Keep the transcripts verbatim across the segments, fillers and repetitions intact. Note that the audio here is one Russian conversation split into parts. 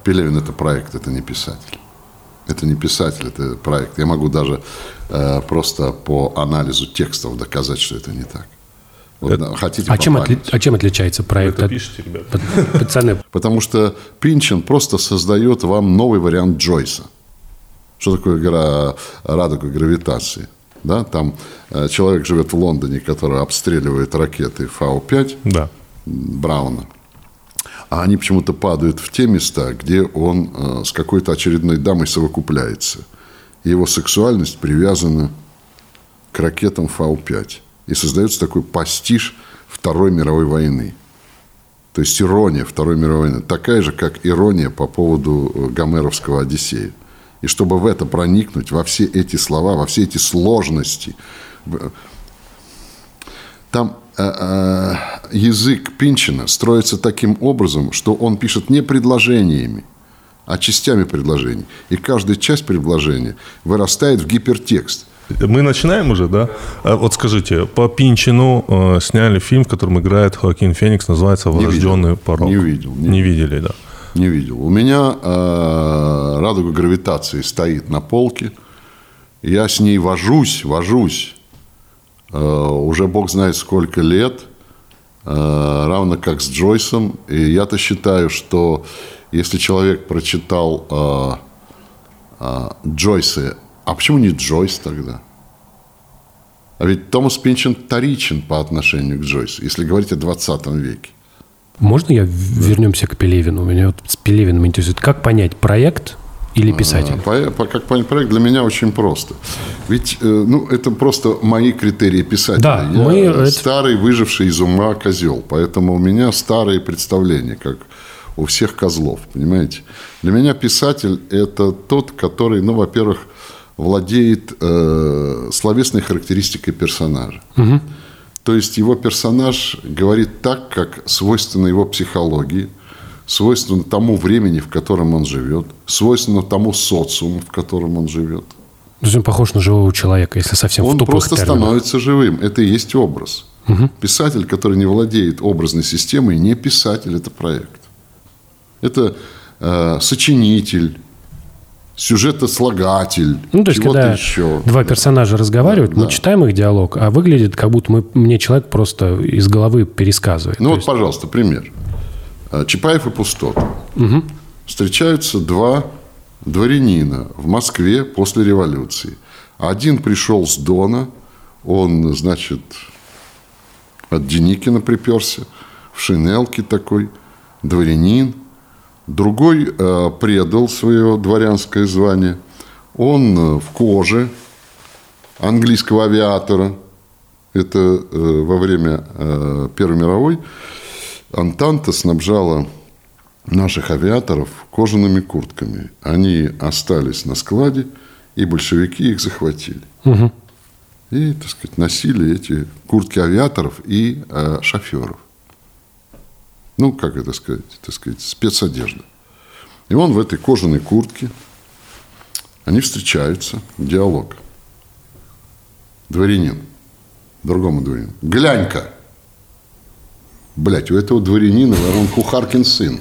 Пелевин – это проект, это не писатель. Это не писатель, это проект. Я могу даже э, просто по анализу текстов доказать, что это не так. Вот, это... Хотите а, чем отли... а чем отличается проект? Вы это пишете, ребят? Пацаны. Потому что Пинчен просто создает вам новый вариант Джойса. Что такое игра радуга гравитации? Да? Там э, человек живет в Лондоне, который обстреливает ракеты Фау пять да. Брауна. А они почему-то падают в те места, где он э, с какой-то очередной дамой совокупляется. И его сексуальность привязана к ракетам Фау пять. И создается такой пастиш Второй мировой войны. То есть ирония Второй мировой войны. Такая же, как ирония по поводу Гомеровского «Одиссея». И чтобы в это проникнуть, во все эти слова, во все эти сложности, там э, э, язык Пинчена строится таким образом, что он пишет не предложениями, а частями предложений. И каждая часть предложения вырастает в гипертекст. Мы начинаем уже, да? Вот скажите, по Пинчену э, сняли фильм, в котором играет Хоакин Феникс, называется «Врожденный порок». Не видел. Не, не видели, да. Не видел. У меня э, радуга гравитации стоит на полке. Я с ней вожусь, вожусь. Э, уже бог знает сколько лет. Э, равно как с Джойсом. И я-то считаю, что если человек прочитал э, э, Джойса, а почему не Джойс тогда? А ведь Томас Пинчен вторичен по отношению к Джойсу, если говорить о двадцатом веке. Можно я вернемся к Пелевину? Меня вот с Пелевиным интересует, как понять, проект или писатель? А, по, как понять проект для меня очень просто. Ведь ну, это просто мои критерии писателя. Да, я мы... старый, выживший из ума козел. Поэтому у меня старые представления, как у всех козлов. Понимаете? Для меня писатель – это тот, который, ну, во-первых, владеет э, словесной характеристикой персонажа. Угу. То есть его персонаж говорит так, как свойственно его психологии, свойственно тому времени, в котором он живет, свойственно тому социуму, в котором он живет. То есть он похож на живого человека, если совсем он в тупых просто терминах. Становится живым. Это и есть образ. Угу. Писатель, который не владеет образной системой, не писатель, это проект. Это э, сочинитель, сюжетослагатель, ну, то есть, когда еще. два персонажа разговаривают, да, мы да. читаем их диалог, а выглядит, как будто мы, мне человек просто из головы пересказывает. Ну, то вот, есть... пожалуйста, пример. Чапаев и Пустотов. Угу. Встречаются два дворянина в Москве после революции. Один пришел с Дона, он, значит, от Деникина приперся, в шинелке такой, дворянин. Другой э, предал свое дворянское звание. Он э, в коже английского авиатора. Это э, во время э, Первой мировой Антанта снабжала наших авиаторов кожаными куртками. Они остались на складе, и большевики их захватили. Угу. И, так сказать, носили эти куртки авиаторов и э, шоферов. Ну, как это сказать, так сказать, спецодежда. И он в этой кожаной куртке, они встречаются, диалог. Дворянин, другому дворянину. Глянь-ка. Блядь, у этого дворянина, он Кухаркин сын.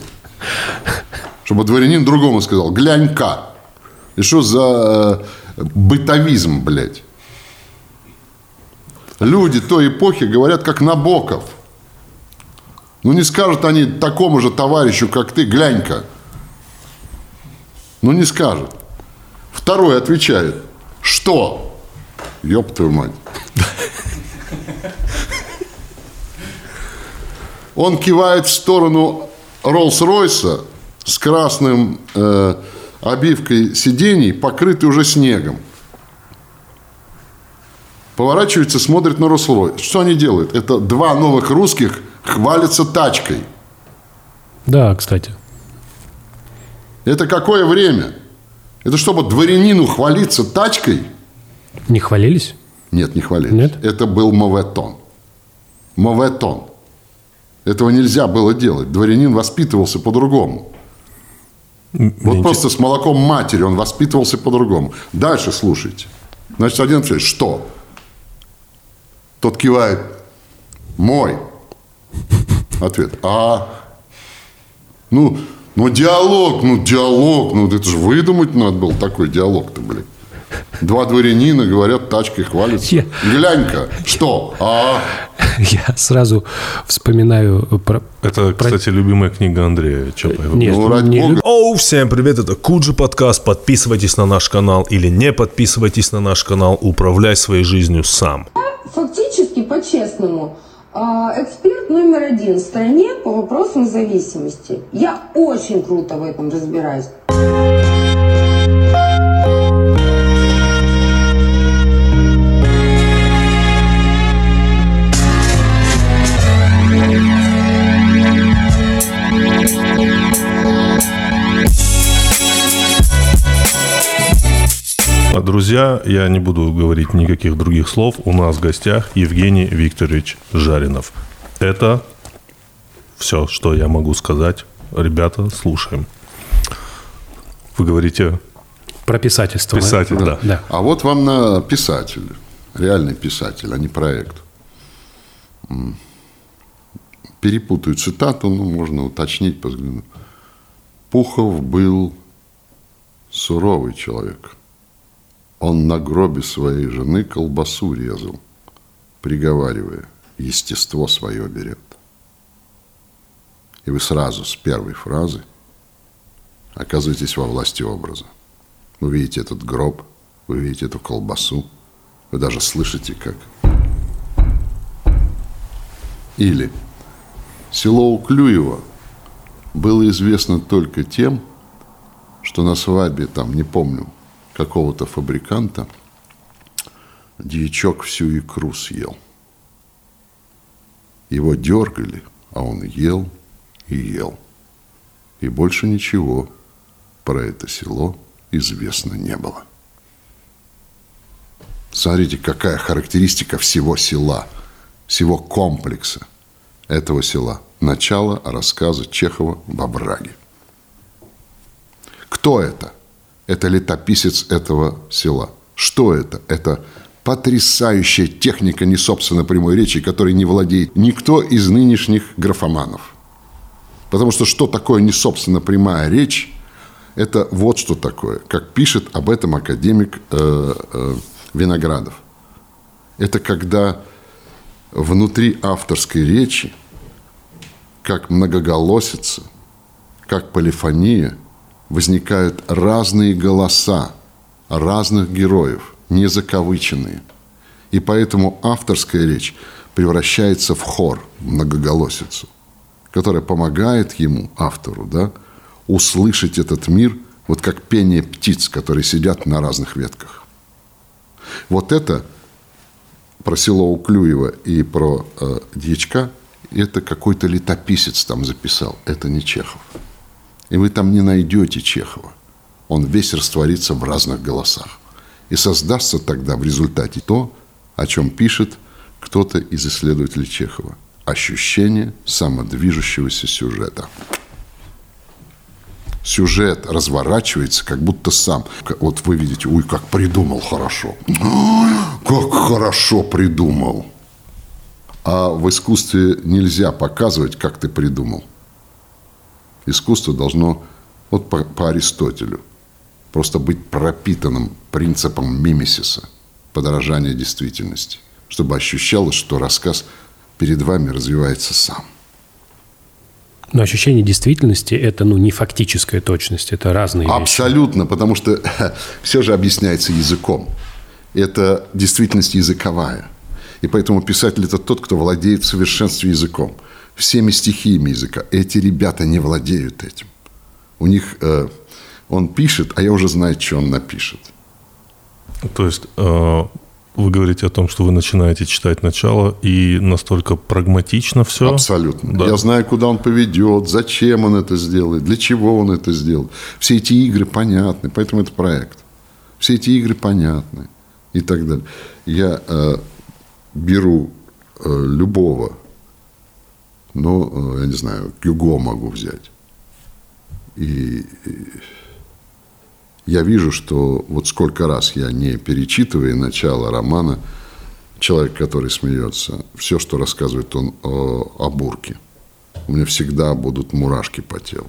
Чтобы дворянин другому сказал, глянь-ка. И что за бытовизм, блядь? Люди той эпохи говорят, как Набоков. Ну, не скажут они такому же товарищу, как ты, глянь-ка. Ну, не скажут. Второй отвечает, что? Ёб твою мать. Он кивает в сторону Роллс-Ройса с красным э, обивкой сидений, покрытый уже снегом. Поворачивается, смотрит на Роллс-Ройс. Что они делают? Это два новых русских хвалятся тачкой. Да, кстати. Это какое время? Это чтобы дворянину хвалиться тачкой? Не хвалились? Нет, не хвалились. Нет? Это был моветон. Моветон. Этого нельзя было делать. Дворянин воспитывался по-другому. Вот просто с молоком матери он воспитывался по-другому. Дальше слушайте. Значит, один отвечает, что? Тот кивает. Мой. Ответ. А, ну, Ну, диалог, ну, диалог. Ну, это же выдумать надо было такой диалог-то, блин. Два дворянина говорят, тачкой хвалятся. Я... Глянь-ка, что? А? Я сразу вспоминаю про... Это, кстати, любимая книга Андрея Чапаева. Нет, ну, ради не бога. люб... Оу, всем привет, это Куджи подкаст. Подписывайтесь на наш канал или не подписывайтесь на наш канал. Управляй своей жизнью сам. Фактически, по-честному, эксперт номер один в стране по вопросам зависимости. Я очень круто в этом разбираюсь. Друзья, я не буду говорить никаких других слов. У нас в гостях Евгений Викторович Жаринов. Это все, что я могу сказать. Ребята, слушаем. Вы говорите... Про писательство. Писатель, да. да. да. А вот вам на писатель. Реальный писатель, а не проект. Перепутаю цитату, ну, можно уточнить, взглянуть. Пухов был суровый человек. Он на гробе своей жены колбасу резал, приговаривая, естество свое берет. И вы сразу с первой фразы оказываетесь во власти образа. Вы видите этот гроб, вы видите эту колбасу, вы даже слышите, как... Или село Уклюево было известно только тем, что на свадьбе, там, не помню, какого-то фабриканта дьячок всю икру съел. Его дергали, а он ел и ел. И больше ничего про это село известно не было. Смотрите, какая характеристика всего села, всего комплекса этого села. Начало рассказа Чехова в «Овраге». Кто это? Это летописец этого села. Что это? Это потрясающая техника несобственно прямой речи, которой не владеет никто из нынешних графоманов. Потому что что такое несобственно прямая речь? Это вот что такое. Как пишет об этом академик э, э, Виноградов. Это когда внутри авторской речи, как многоголосица, как полифония, возникают разные голоса разных героев, не закавыченные. И поэтому авторская речь превращается в хор, в многоголосицу, которая помогает ему, автору, да, услышать этот мир, вот как пение птиц, которые сидят на разных ветках. Вот это про село Уклюево и про э, дьячка, это какой-то летописец там записал, это не Чехов. И вы там не найдете Чехова. Он весь растворится в разных голосах. И создастся тогда в результате то, о чем пишет кто-то из исследователей Чехова. Ощущение самодвижущегося сюжета. Сюжет разворачивается, как будто сам. Вот вы видите, ой, как придумал хорошо. Как хорошо придумал. А в искусстве нельзя показывать, как ты придумал. Искусство должно, вот по, по Аристотелю, просто быть пропитанным принципом мимесиса, подражания действительности, чтобы ощущалось, что рассказ перед вами развивается сам. Но ощущение действительности – это, ну, не фактическая точность, это разные вещи. Абсолютно, потому что все же объясняется языком. Это действительность языковая. И поэтому писатель – это тот, кто владеет в совершенстве языком. Всеми стихиями языка. Эти ребята не владеют этим. У них э, он пишет, а я уже знаю, что он напишет. То есть э, вы говорите о том, что вы начинаете читать начало, и настолько прагматично все? Абсолютно. Да. Я знаю, куда он поведет, зачем он это сделает, для чего он это сделает. Все эти игры понятны, поэтому это проект. Все эти игры понятны и так далее. Я э, беру э, любого, но, я не знаю, Гюго могу взять. И, и я вижу, что вот сколько раз я, не перечитывая начало романа, человек, который смеется, все, что рассказывает он о, о Бурке, у меня всегда будут мурашки по телу.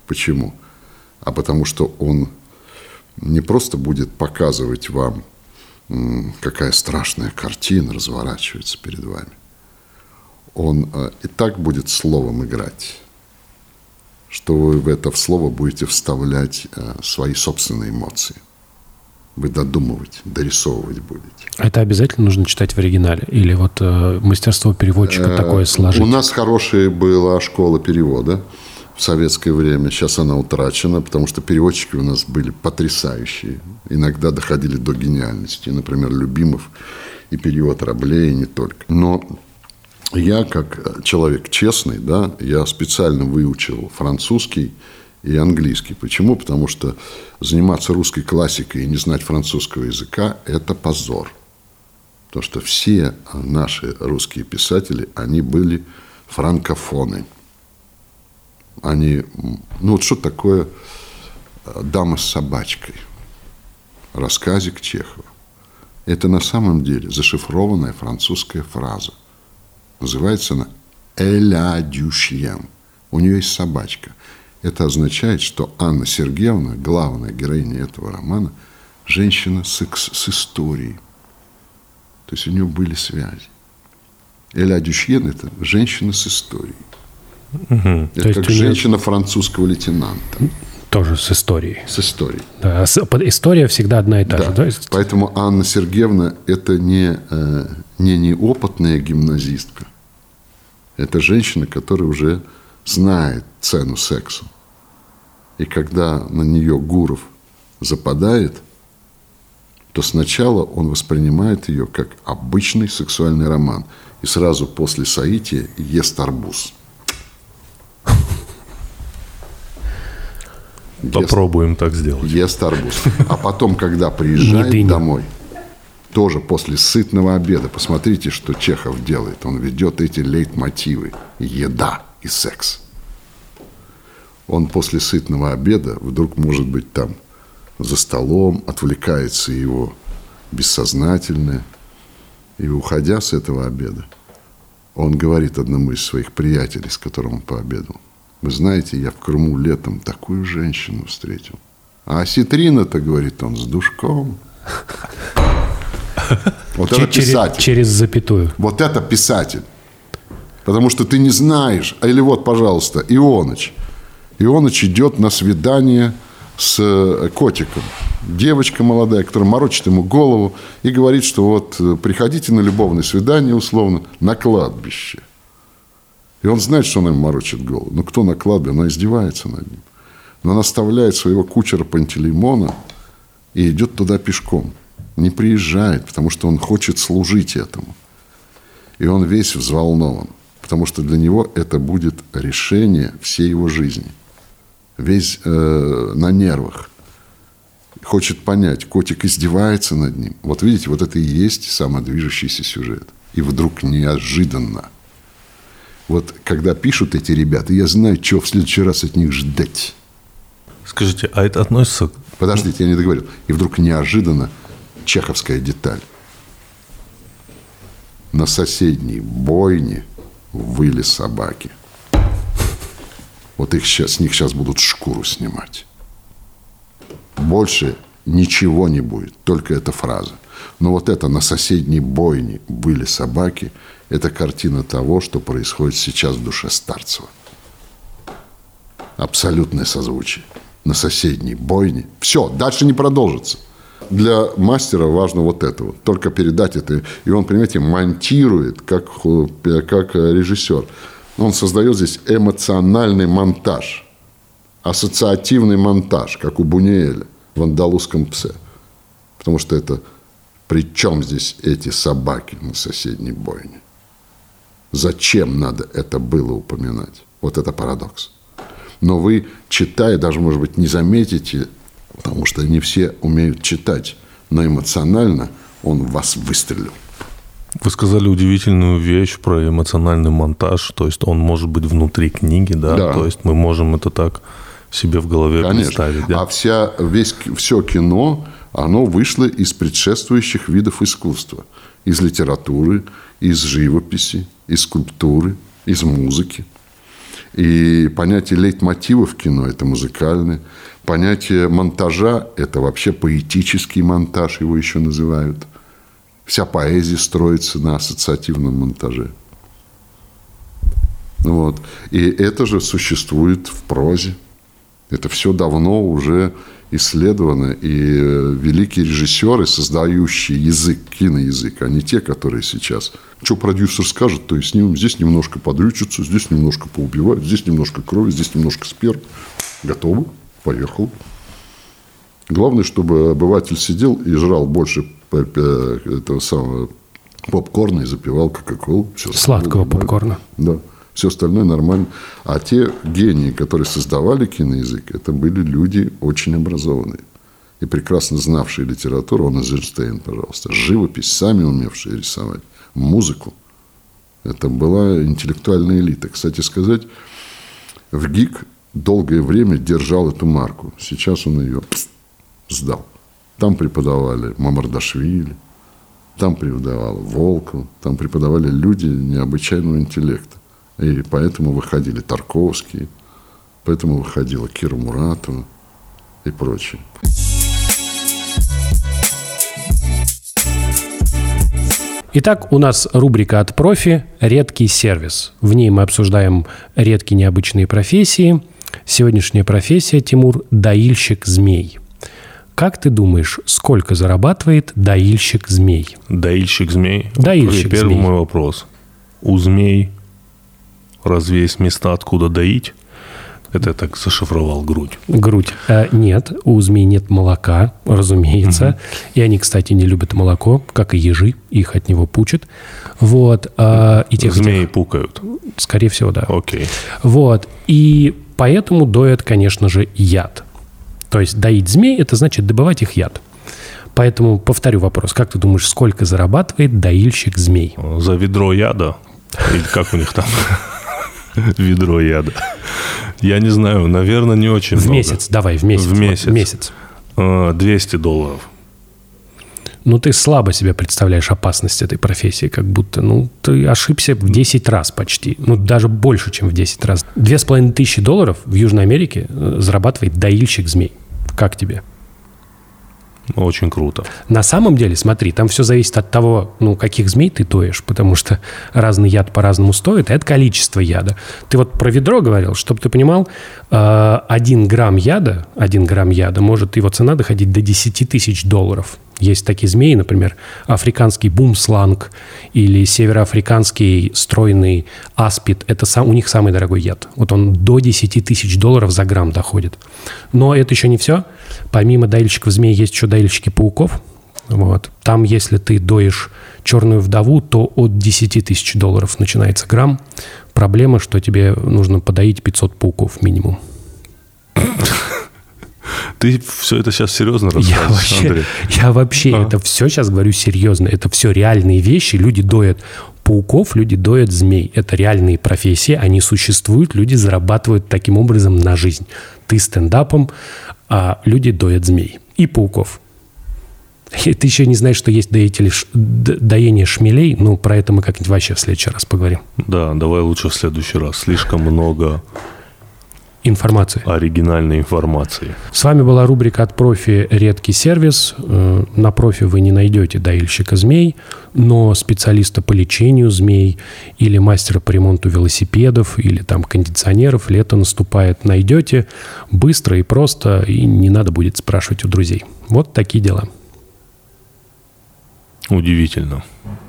Почему? А потому что он не просто будет показывать вам, какая страшная картина разворачивается перед вами. Он и так будет словом играть, что вы в это слово будете вставлять свои собственные эмоции. Вы додумывать, дорисовывать будете. Это обязательно нужно читать в оригинале? Или вот э, мастерство переводчика такое сложить? У нас хорошая была школа перевода в советское время. Сейчас она утрачена, потому что переводчики у нас были потрясающие. Иногда доходили до гениальности. Например, Любимов и перевод Рабле, и не только. Но я, как человек честный, да, я специально выучил французский и английский. Почему? Потому что заниматься русской классикой и не знать французского языка – это позор. Потому что все наши русские писатели, они были франкофоны. Они, ну вот что такое «Дама с собачкой», рассказик Чехова. Это на самом деле зашифрованная французская фраза. Называется она «Elle a du chien». У нее есть собачка. Это означает, что Анна Сергеевна, главная героиня этого романа, женщина с, с историей. То есть у нее были связи. Эля Дюшьен – это женщина с историей. Угу. Это как женщина нее... французского лейтенанта. Тоже с историей. С историей. Да, история всегда одна и та да. же. Да? Поэтому Анна Сергеевна – это не, не неопытная гимназистка. Это женщина, которая уже знает цену сексу. И когда на нее Гуров западает, то сначала он воспринимает ее как обычный сексуальный роман. И сразу после соития ест арбуз. Попробуем ест, так сделать. Ест арбуз. А потом, когда приезжает домой, тоже после сытного обеда, посмотрите, что Чехов делает. Он ведет эти лейтмотивы. Еда и секс. Он после сытного обеда вдруг может быть там за столом, отвлекается его бессознательное. И уходя с этого обеда, он говорит одному из своих приятелей, с которым он пообедал: вы знаете, я в Крыму летом такую женщину встретил. А осетрина-то, говорит он, с душком. Вот это писатель. Через запятую. Вот это писатель. Потому что ты не знаешь. Или вот, пожалуйста, Ионыч. Ионыч идет на свидание с котиком. Девочка молодая, которая морочит ему голову и говорит, что вот приходите на любовное свидание, условно, на кладбище. И он знает, что она ему морочит голову. Но кто на кладбище? Она издевается над ним. Но она оставляет своего кучера Пантелеймона и идет туда пешком. Не приезжает, потому что он хочет служить этому. И он весь взволнован, потому что для него это будет решение всей его жизни. Весь э, на нервах. Хочет понять, котик издевается над ним. Вот видите, вот это и есть самодвижущийся сюжет. И вдруг неожиданно. Вот когда пишут эти ребята, я знаю, что в следующий раз от них ждать. Скажите, а это относится... Подождите, я не договорил. И вдруг неожиданно чеховская деталь. На соседней бойне выли собаки. Вот их сейчас, с них сейчас будут шкуру снимать. Больше ничего не будет, только эта фраза. Но вот это «на соседней бойне были собаки» – это картина того, что происходит сейчас в душе Старцева. Абсолютное созвучие. На соседней бойне. Все, дальше не продолжится. Для мастера важно вот это вот. Только передать это. И он, понимаете, монтирует, как, как режиссер. Он создает здесь эмоциональный монтаж. Ассоциативный монтаж, как у Бунюэля в «Андалузском псе». Потому что это... При чем здесь эти собаки на соседней бойне? Зачем надо это было упоминать? Вот это парадокс. Но вы, читая, даже, может быть, не заметите, потому что не все умеют читать, но эмоционально он в вас выстрелил. Вы сказали удивительную вещь про эмоциональный монтаж, то есть он может быть внутри книги, да? Да. То есть мы можем это так себе в голове Конечно. представить. Да? А вся, весь, все кино, оно вышло из предшествующих видов искусства. Из литературы, из живописи, из скульптуры, из музыки. И понятие лейтмотива в кино – это музыкальное. Понятие монтажа – это вообще поэтический монтаж, его еще называют. Вся поэзия строится на ассоциативном монтаже. Вот. И это же существует в прозе. Это все давно уже исследовано. И великие режиссеры, создающие язык, киноязык, а не те, которые сейчас. Что продюсер скажет, то и снимем. Здесь немножко подрючатся, здесь немножко поубивают, здесь немножко крови, здесь немножко сперм. Готовы? Поехал. Главное, чтобы обыватель сидел и жрал больше этого самого попкорна и запивал кока-колу. Сладкого попкорна. Да. Все остальное нормально. А те гении, которые создавали киноязык, это были люди очень образованные. И прекрасно знавшие литературу. Он Эйзенштейн, пожалуйста. Живопись, сами умевшие рисовать. Музыку. Это была интеллектуальная элита. Кстати сказать, в ГИК долгое время держал эту марку. Сейчас он ее сдал. Там преподавали Мамардашвили, там преподавал Волков, там преподавали люди необычайного интеллекта. И поэтому выходили Тарковские, поэтому выходила Кира Муратова и прочее. Итак, у нас рубрика «От профи. Редкий сервис». В ней мы обсуждаем редкие необычные профессии. Сегодняшняя профессия, Тимур, доильщик змей. Как ты думаешь, сколько зарабатывает доильщик змей? Доильщик змей? Доильщик Первый змей. мой вопрос. У змей разве есть места, откуда доить? Это я так зашифровал грудь. Грудь. А, нет, у змей нет молока, разумеется. Угу. И они, кстати, не любят молоко, как и ежи. Их от него пучат. Вот. А, и тех, Змеи тех... пукают? Скорее всего, да. Окей. Вот. И поэтому доят, конечно же, яд. То есть доить змей – это значит добывать их яд. Поэтому повторю вопрос. Как ты думаешь, сколько зарабатывает доильщик змей? За ведро яда? Или как у них там? Ведро яда. Я не знаю, наверное, не очень в много. В месяц, давай, в месяц. В месяц. Вот, месяц. двести долларов. Ну, ты слабо себе представляешь опасность этой профессии, как будто, ну, ты ошибся в десять раз почти. Ну, даже больше, чем в десять раз. Две с половиной тысячи долларов в Южной Америке зарабатывает доильщик змей. Как тебе? Очень круто. На самом деле, смотри, там все зависит от того, ну, каких змей ты доешь, потому что разный яд по-разному стоит, и от количества яда. Ты вот про ведро говорил, чтобы ты понимал, один грамм яда, один грамм яда может, его цена доходить до десять тысяч долларов. Есть такие змеи, например, африканский бумсланг или североафриканский стройный аспид. Это сам, у них самый дорогой яд. Вот он до десять тысяч долларов за грамм доходит. Но это еще не все. Помимо доильщиков змей есть еще доильщики пауков. Вот. Там, если ты доишь черную вдову, то от десять тысяч долларов начинается грамм. Проблема, что тебе нужно подоить пятьсот пауков минимум. Ты все это сейчас серьезно рассказываешь, я вообще, Андрей? Я вообще а. это все сейчас говорю серьезно. Это все реальные вещи. Люди доят пауков, люди доят змей. Это реальные профессии. Они существуют. Люди зарабатывают таким образом на жизнь. Ты стендапом, а люди доят змей. И пауков. И ты еще не знаешь, что есть доители, доение шмелей. Ну, про это мы как-нибудь вообще в следующий раз поговорим. Да, давай лучше в следующий раз. Слишком много... информации. Оригинальной информации. С вами была рубрика «От профи. Редкий сервис». На профи вы не найдете доильщика змей, но специалиста по лечению змей или мастера по ремонту велосипедов или там кондиционеров, лето наступает, найдете быстро и просто, и не надо будет спрашивать у друзей. Вот такие дела. Удивительно.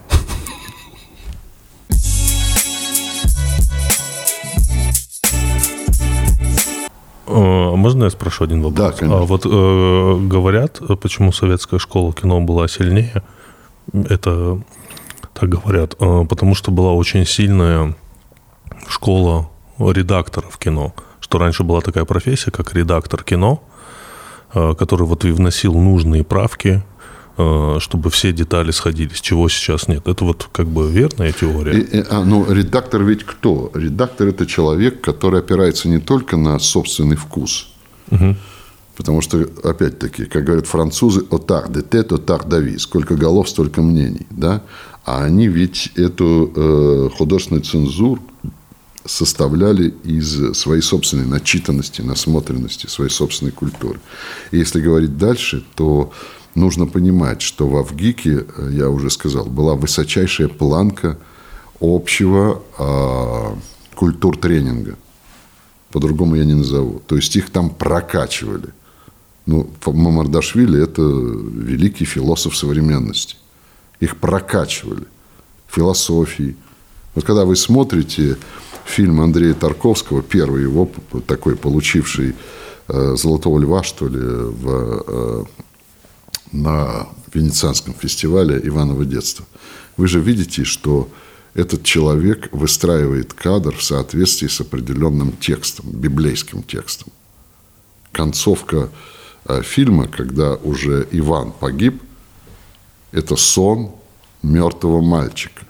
Можно я спрошу один вопрос? Да, конечно. А вот э, говорят, почему советская школа кино была сильнее? Это так говорят, э, потому что была очень сильная школа редакторов кино. Что раньше была такая профессия, как редактор кино, э, который вот и вносил нужные правки, э, чтобы все детали сходились, чего сейчас нет. Это вот как бы верная теория? И, и, а, ну, редактор ведь кто? Редактор – это человек, который опирается не только на собственный вкус. Угу. Потому что, опять-таки, как говорят французы, «отар де тет, отар d'avis». Сколько голов, столько мнений. Да? А они ведь эту э, художественную цензуру составляли из своей собственной начитанности, насмотренности, своей собственной культуры. И если говорить дальше, то нужно понимать, что в Авгике, я уже сказал, была высочайшая планка общего э, культур-тренинга. По-другому я не назову. То есть их там прокачивали. Ну, Мамардашвили – это великий философ современности. Их прокачивали философией. Вот когда вы смотрите фильм Андрея Тарковского, первый его такой, получивший э, «Золотого льва», что ли, в, э, на Венецианском фестивале «Иваново детство», вы же видите, что этот человек выстраивает кадр в соответствии с определенным текстом, библейским текстом. Концовка э, фильма, когда уже Иван погиб, это сон мертвого мальчика.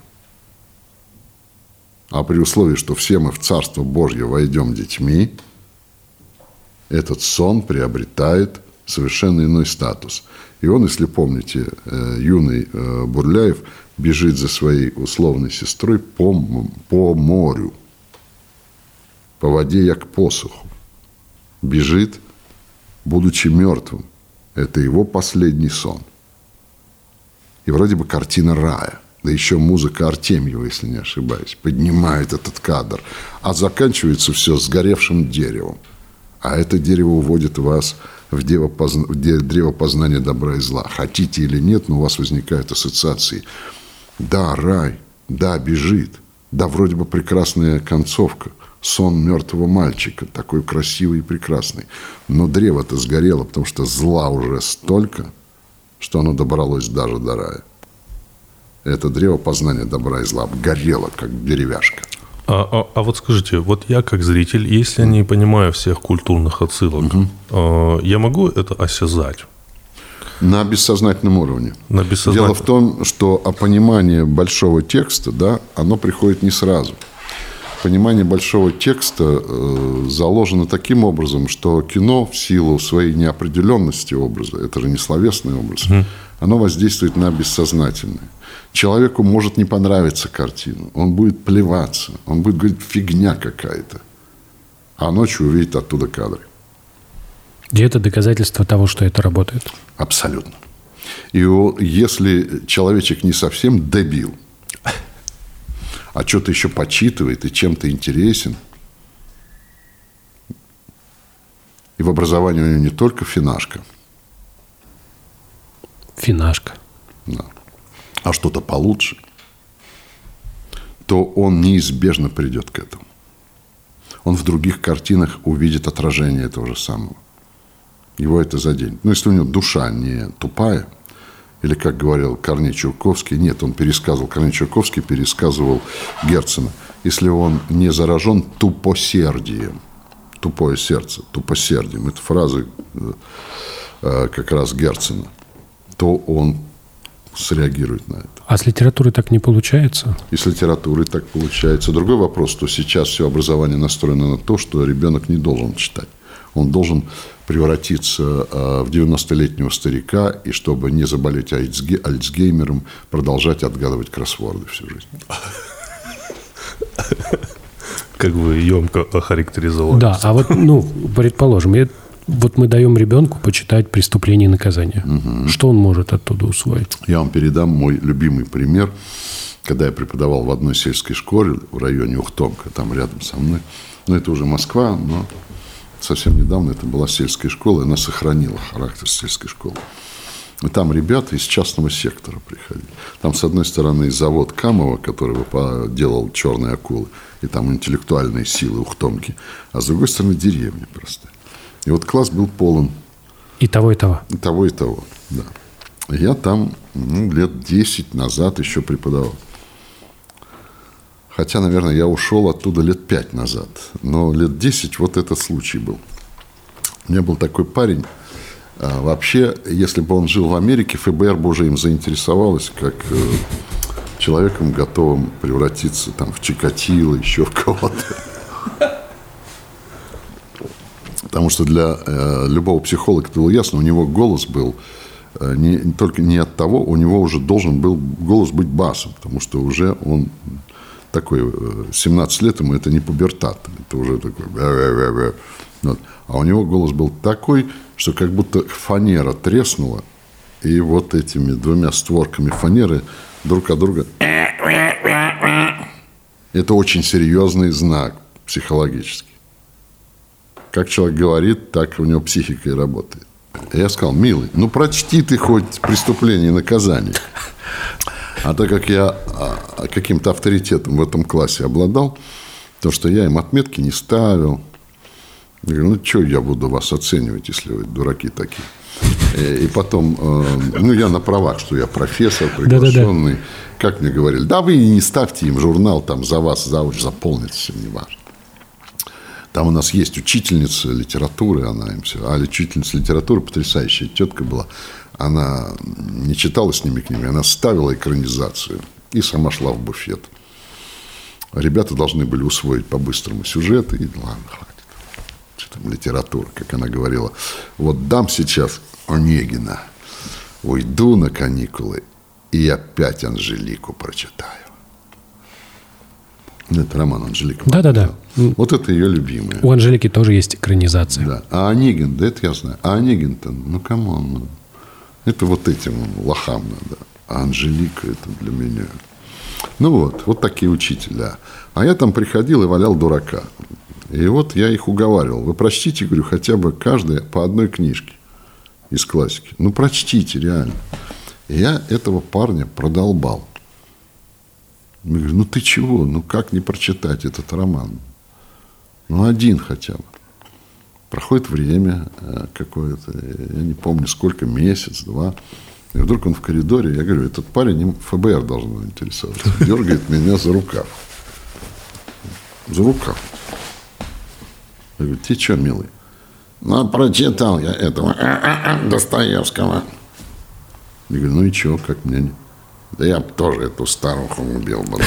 А при условии, что все мы в Царство Божье войдем детьми, этот сон приобретает совершенно иной статус. И он, если помните, юный Бурляев бежит за своей условной сестрой по, по морю, по воде, як посуху. Бежит, будучи мертвым. Это его последний сон. И вроде бы картина рая. Да еще музыка Артемьева, если не ошибаюсь, поднимает этот кадр. А заканчивается все сгоревшим деревом. А это дерево уводит вас в древо, позна... в древо познания добра и зла. Хотите или нет, но у вас возникают ассоциации. Да, рай, да, бежит, да, вроде бы прекрасная концовка. Сон мертвого мальчика, такой красивый и прекрасный. Но древо-то сгорело, потому что зла уже столько, что оно добралось даже до рая. Это древо познания добра и зла обгорело, как деревяшка. А, а, а вот скажите, вот я как зритель, если не понимаю всех культурных отсылок, угу. э, я могу это осязать? На бессознательном уровне. На бессознательном. Дело в том, что понимание большого текста, да, оно приходит не сразу. Понимание большого текста э, заложено таким образом, что кино в силу своей неопределенности образа, это же не словесный образ, угу. оно воздействует на бессознательное. Человеку может не понравиться картина, он будет плеваться, он будет говорить, фигня какая-то, а ночью увидит оттуда кадры. И это доказательство того, что это работает? Абсолютно. И если человечек не совсем дебил, а что-то еще почитывает и чем-то интересен, и в образовании у него не только финашка. Финашка. Да. А что-то получше, то он неизбежно придет к этому. Он в других картинах увидит отражение этого же самого. Его это заденет. Но если у него душа не тупая, или, как говорил Корней Чуковский, нет, он пересказывал, Корней Чуковский пересказывал Герцена. Если он не заражен тупосердием, тупое сердце, тупосердием, это фразы э, как раз Герцена, то он среагирует на это. А с литературой так не получается? И с литературой так получается. Другой вопрос, что сейчас все образование настроено на то, что ребенок не должен читать. Он должен превратиться в девяностолетнего старика, и чтобы не заболеть альцгеймером, продолжать отгадывать кроссворды всю жизнь. Как вы емко охарактеризовали. Да, а вот, ну, предположим, я, вот мы даем ребенку почитать «Преступление и наказание». Угу. Что он может оттуда усвоить? Я вам передам мой любимый пример. Когда я преподавал в одной сельской школе в районе Ухтомка, там рядом со мной, ну, это уже Москва, но совсем недавно это была сельская школа, и она сохранила характер сельской школы. И там ребята из частного сектора приходили. Там, с одной стороны, завод Камова, который делал черные акулы, и там интеллектуальные силы Ухтомки, а с другой стороны, деревня просто. И вот класс был полон. И того, и того. И того, и того, да. Я там ну, лет десять назад еще преподавал. Хотя, наверное, я ушел оттуда лет пять назад. Но лет десять вот этот случай был. У меня был такой парень. А, вообще, если бы он жил в Америке, эф бэ эр бы уже им заинтересовалось, как э, человеком, готовым превратиться там, в Чикатило, еще в кого-то. Потому что для э, любого психолога это было ясно. У него голос был э, не, только не от того, у него уже должен был голос быть басом. Потому что уже он... такой, семнадцать лет ему это не пубертат, это уже такой... Вот. А у него голос был такой, что как будто фанера треснула, и вот этими двумя створками фанеры друг от друга... Это очень серьезный знак психологический. Как человек говорит, так у него психика и работает. Я сказал: милый, ну прочти ты хоть «Преступление и наказание». А так как я каким-то авторитетом в этом классе обладал, то, что я им отметки не ставил. Я говорю: ну, что я буду вас оценивать, если вы дураки такие? И потом, ну, я на правах, что я профессор, приглашенный. Да-да-да. Как мне говорили: да вы не ставьте им журнал, там за вас зауч заполнится, все не важно. Там у нас есть учительница литературы, она им все... А учительница литературы потрясающая тетка была. Она не читала с ними книги, она ставила экранизацию и сама шла в буфет. Ребята должны были усвоить по-быстрому сюжет, и ладно, хватит. Что там литература, как она говорила. Вот дам сейчас Онегина, уйду на каникулы и опять Анжелику прочитаю. Это роман Анжелика. Да-да-да. Вот это ее любимая. У Анжелики тоже есть экранизация. Да. А Онегин, да это я знаю. А Онегин-то, ну камон, ну, это вот этим лохам надо. А Анжелика это для меня. Ну вот, вот такие учителя. А я там приходил и валял дурака. И вот я их уговаривал: вы прочтите, говорю, хотя бы каждая по одной книжке из классики. Ну прочтите, реально. И я этого парня продолбал. Я говорю: ну ты чего? Ну как не прочитать этот роман? Ну один хотя бы. Проходит время какое-то, я не помню сколько, месяц, два. И вдруг он в коридоре, я говорю: этот парень им эф бэ эр должен интересоваться. Дергает меня за рукав. За рукав. Я говорю: ты что, милый? Ну, прочитал я этого Достоевского. Я говорю: ну и что, как мне? Да я бы тоже эту старуху убил бы.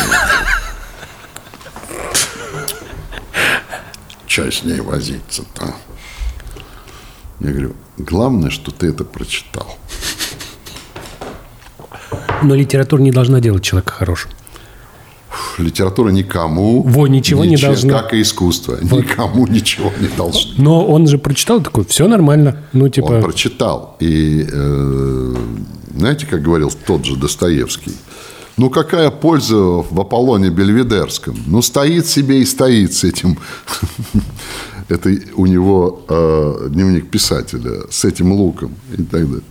Че с ней возиться-то? Я говорю: главное, что ты это прочитал. Но литература не должна делать человека хорошим. Литература никому Во, ничего ничего, не должна. Как и искусство. Вот. Никому ничего не должно. Но он же прочитал такой: все нормально. Ну, типа... Он прочитал. И э, знаете, как говорил тот же Достоевский: ну, какая польза в Аполлоне Бельведерском? Ну, стоит себе и стоит с этим. Это у него э, дневник писателя, с этим луком и так далее.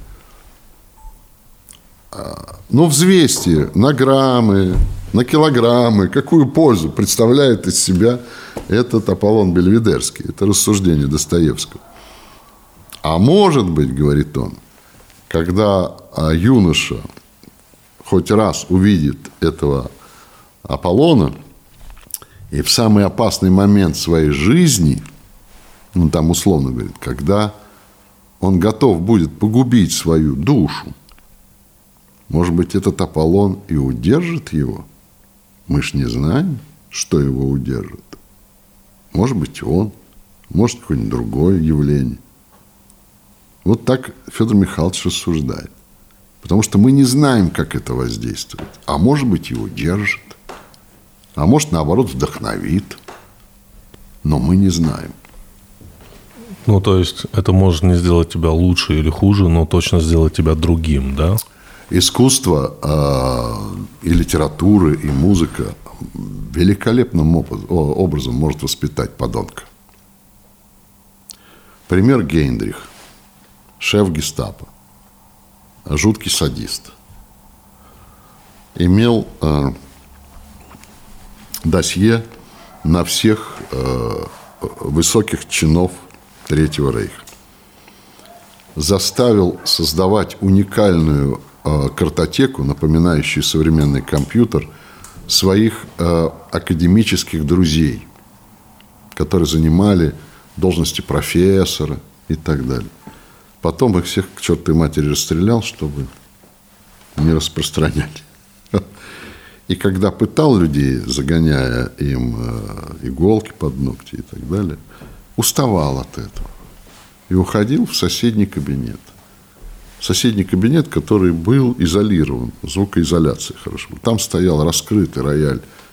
Ну, взвесьте на граммы, на килограммы, какую пользу представляет из себя этот Аполлон Бельведерский. Это рассуждение Достоевского. А может быть, говорит он, когда юноша хоть раз увидит этого Аполлона, и в самый опасный момент своей жизни, ну, там условно говорит, когда он готов будет погубить свою душу, может быть, этот Аполлон и удержит его. Мы ж не знаем, что его удержит. Может быть, он, может, какое-нибудь другое явление. Вот так Федор Михайлович рассуждает. Потому что мы не знаем, как это воздействует. А может быть, его держит. А может, наоборот, вдохновит. Но мы не знаем. Ну, то есть, это может не сделать тебя лучше или хуже, но точно сделать тебя другим, да? Искусство э, и литература, и музыка великолепным образом может воспитать подонка. Пример: Гейндрих, шеф гестапо, жуткий садист. Имел э, досье на всех э, высоких чинов Третьего рейха. Заставил создавать уникальную картотеку, напоминающую современный компьютер, своих э, академических друзей, которые занимали должности профессора и так далее. Потом их всех к чертовой матери расстрелял, чтобы не распространять. И когда пытал людей, загоняя им э, иголки под ногти и так далее, уставал от этого и уходил в соседний кабинет. Соседний кабинет, который был изолирован, звукоизоляция хорошо. Там стоял раскрытый рояль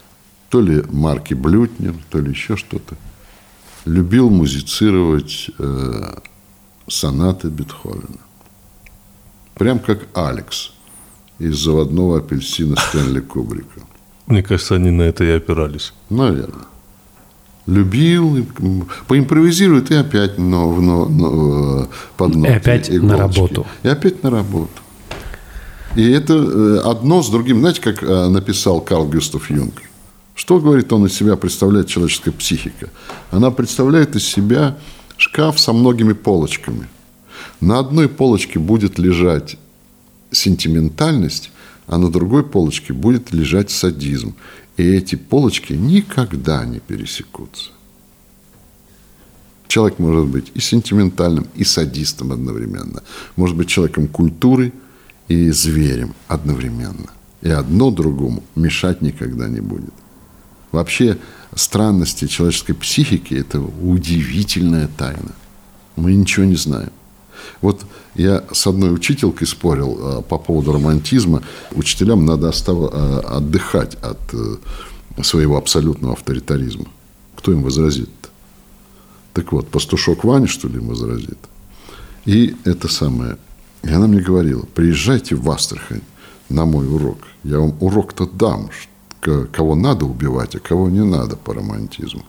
то ли марки Блютнер, то ли еще что-то. Любил музицировать э, сонаты Бетховена. Прям как Алекс из «Заводного апельсина» Стэнли Кубрика. Мне кажется, они на это и опирались. Наверное. Любил, поимпровизирует и опять но, но, но, под ноги. И опять иголочки. На работу. И опять на работу. И это одно с другим. Знаете, как написал Карл Гюстав Юнг? Что, говорит он, из себя представляет человеческая психика? Она представляет из себя шкаф со многими полочками. На одной полочке будет лежать сентиментальность, а на другой полочке будет лежать садизм. И эти полочки никогда не пересекутся. Человек может быть и сентиментальным, и садистом одновременно. Может быть человеком культуры и зверем одновременно. И одно другому мешать никогда не будет. Вообще странности человеческой психики – это удивительная тайна. Мы ничего не знаем. Вот я с одной учителькой спорил а, по поводу романтизма. Учителям надо остав... а, отдыхать от а, своего абсолютного авторитаризма. Кто им возразит-то? Так вот, пастушок Ваня, что ли, им возразит? И это самое. И она мне говорила: приезжайте в Астрахань на мой урок. Я вам урок-то дам, кого надо убивать, а кого не надо по романтизму.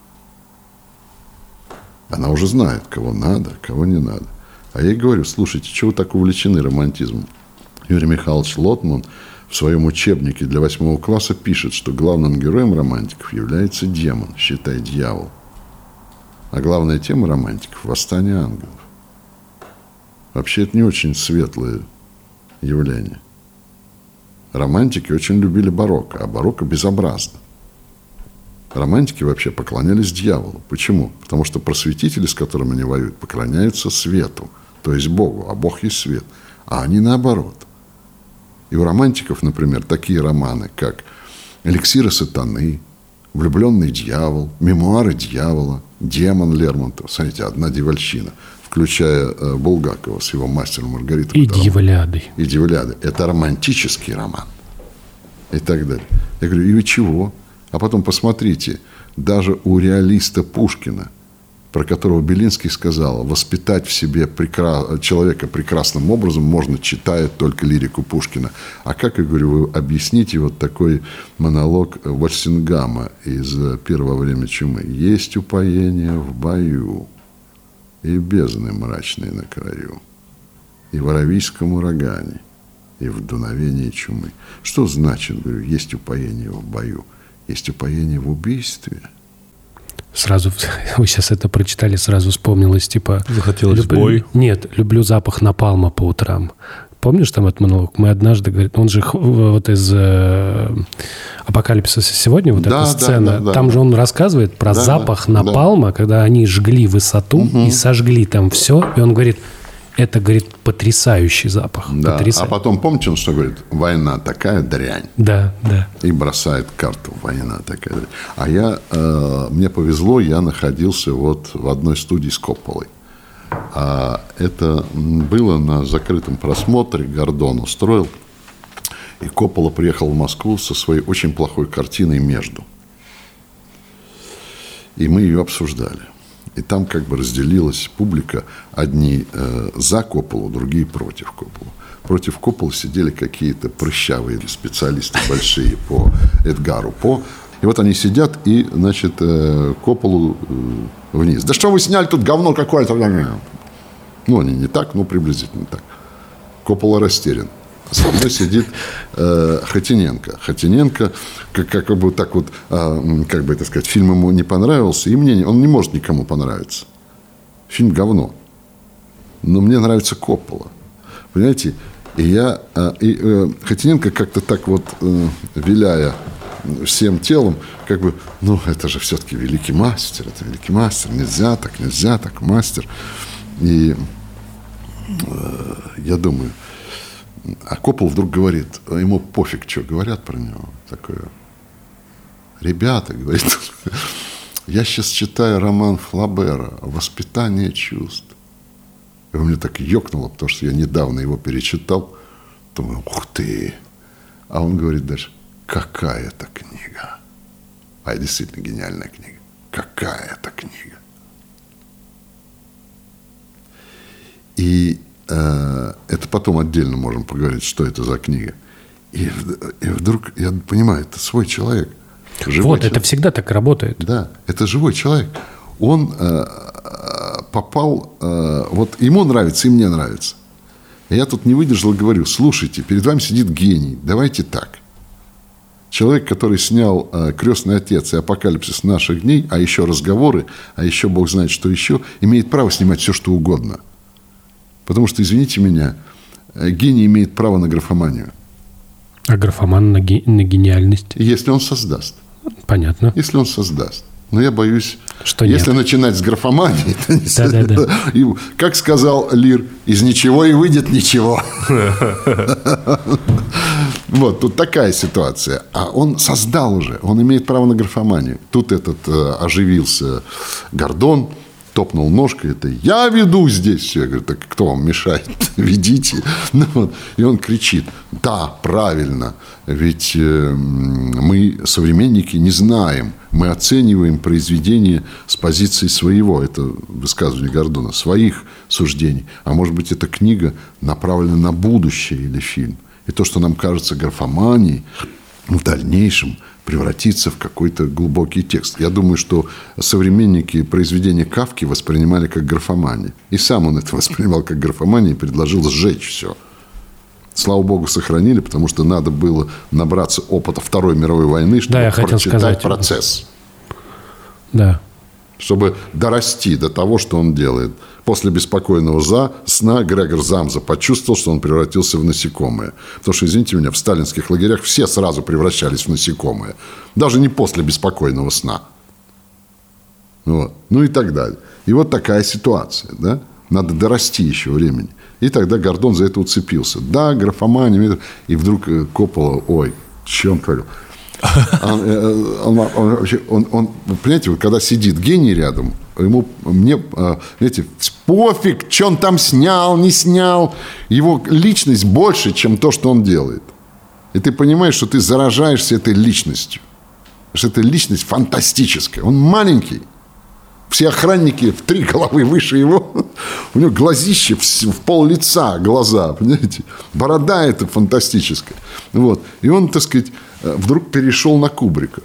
Она уже знает, кого надо, а кого не надо. А я ей говорю: слушайте, чего вы так увлечены романтизмом? Юрий Михайлович Лотман в своем учебнике для восьмого класса пишет, что главным героем романтиков является демон, считай, дьявол. А главная тема романтиков – восстание ангелов. Вообще это не очень светлое явление. Романтики очень любили барокко, а барокко безобразно. Романтики вообще поклонялись дьяволу. Почему? Потому что просветители, с которыми они воюют, поклоняются свету, то есть Богу, а Бог есть свет. А они наоборот. И у романтиков, например, такие романы, как «Эликсиры сатаны», «Влюбленный дьявол», «Мемуары дьявола», «Демон» Лермонтова. Смотрите, одна дьявольщина, включая э, Булгакова с его «Мастером Маргаритом». И «Дьяволяды». И «Дьяволяды». Это романтический роман. И так далее. Я говорю: и вы чего? А потом посмотрите, даже у реалиста Пушкина, про которого Белинский сказал: воспитать в себе прекра... человека прекрасным образом можно, читая только лирику Пушкина. А как, я говорю, вы объясните вот такой монолог Вальсингама из «Первого время чумы»? Есть упоение в бою, и бездны мрачные на краю, и в аравийском урагане, и в дуновении чумы. Что значит, говорю, есть упоение в бою? Есть упоение в убийстве. Сразу, вы сейчас это прочитали, сразу вспомнилось, типа... Захотелось люблю, бой. Нет, люблю запах напалма по утрам. Помнишь там этот монолог? Мы однажды, говорит, он же вот из э, «Апокалипсиса сегодня», вот да, эта сцена, да, да, там да. же он рассказывает про да, запах да, напалма, да. Когда они жгли высоту угу. и сожгли там все, и он говорит... Это, говорит, потрясающий запах. Да. Потряса... А потом, помните, он что говорит? Война такая дрянь. Да, да. И бросает карту. Война такая дрянь. А я, э, мне повезло, я находился вот в одной студии с Копполой. А это было на закрытом просмотре. Гордон устроил. И Коппола приехал в Москву со своей очень плохой картиной «Между». И мы ее обсуждали. И там как бы разделилась публика. Одни э, за Копполу, другие против Копполу. Против Копполы сидели какие-то прыщавые специалисты большие по Эдгару По. И вот они сидят и, значит, э, Копполу э, вниз. Да что вы сняли тут говно какое-то? Ну, они не так, но приблизительно так. Коппола растерян. Со мной сидит э, Хотиненко. Хотиненко, как, как бы так вот, э, как бы это сказать, фильм ему не понравился, и мне он не может никому понравиться. Фильм говно. Но мне нравится Коппола. Понимаете? И я, э, и, э, Хотиненко как-то так вот, э, виляя всем телом, как бы, ну, это же все-таки великий мастер, это великий мастер, нельзя так, нельзя так, мастер. И э, я думаю... А Коппола вдруг говорит, ему пофиг, что говорят про него. Такое: ребята, говорит, я сейчас читаю роман Флабера «Воспитание чувств». И у меня так ёкнуло, потому что я недавно его перечитал. Думаю, ух ты. А он говорит дальше: какая это книга. А это действительно гениальная книга. Какая это книга? И э, это потом отдельно можем поговорить, что это за книга. И, и вдруг я понимаю, это свой человек. Живой вот, человек. это всегда так работает. Да, это живой человек. Он э, попал... Э, вот ему нравится, и мне нравится. Я тут не выдержал и говорю, слушайте, перед вами сидит гений, давайте так. Человек, который снял э, «Крестный отец» и «Апокалипсис наших дней», а еще «Разговоры», а еще бог знает, что еще, имеет право снимать все, что угодно. Потому что, извините меня, э, гений имеет право на графоманию. А графоман на, ге- на гениальность? Если он создаст. Понятно. Если он создаст. Но я боюсь, что если нет. начинать с графомании, то не да, да, да. И, как сказал Лир, из ничего и выйдет ничего. Вот, тут такая ситуация. А он создал уже, он имеет право на графоманию. Тут этот э, оживился Гордон, топнул ножкой, это я веду здесь все. Я говорю, так кто вам мешает? Ведите. Ну, вот. И он кричит, да, правильно, ведь э, мы, современники, не знаем, мы оцениваем произведение с позиции своего, это высказывание Гордона, своих суждений. А может быть, эта книга направлена на будущее или фильм. И то, что нам кажется графоманией, в дальнейшем превратиться в какой-то глубокий текст. Я думаю, что современники произведения Кафки воспринимали как графоманию. И сам он это воспринимал как графоманию и предложил сжечь все. Слава богу, сохранили, потому что надо было набраться опыта Второй мировой войны, чтобы да, я хотел прочитать сказать. процесс. Да. Чтобы дорасти до того, что он делает. После беспокойного за, сна Грегор Замза почувствовал, что он превратился в насекомое. Потому что, извините меня, в сталинских лагерях все сразу превращались в насекомые. Даже не после беспокойного сна. Вот. Ну и так далее. И вот такая ситуация. Да? Надо дорасти еще времени. И тогда Гордон за это уцепился. Да, графомания. И вдруг Коппола, ой, что он творил? Он, он, он, он, он, понимаете, вот когда сидит гений рядом, ему, мне, знаете, пофиг, что он там снял, не снял. Его личность больше, чем то, что он делает. И ты понимаешь, что ты заражаешься этой личностью. Что эта личность фантастическая. Он маленький. Все охранники в три головы выше его. У него глазище в, в пол лица, глаза, понимаете? Борода эта фантастическая. Вот. И он, так сказать, вдруг перешел на Кубрика.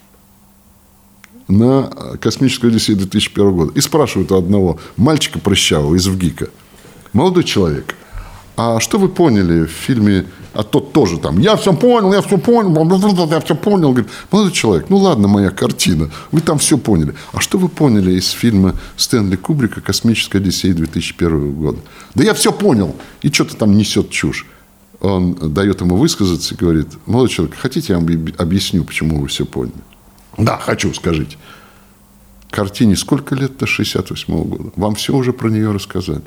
На «Космическую Одиссею» две тысячи первого года. И спрашивают у одного мальчика прыщавого из ВГИКа. Молодой человек, а что вы поняли в фильме... А тот тоже там, я все понял, я все понял, я все понял. Говорит, молодой человек, ну ладно, моя картина, вы там все поняли. А что вы поняли из фильма Стэнли Кубрика «Космическая Одиссея» две тысячи первого года? Да я все понял. И что-то там несет чушь. Он дает ему высказаться и говорит, молодой человек, хотите, я вам объясню, почему вы все поняли? Да, хочу, скажите. Картине сколько лет-то, шестьдесят восьмого года? Вам все уже про нее рассказали.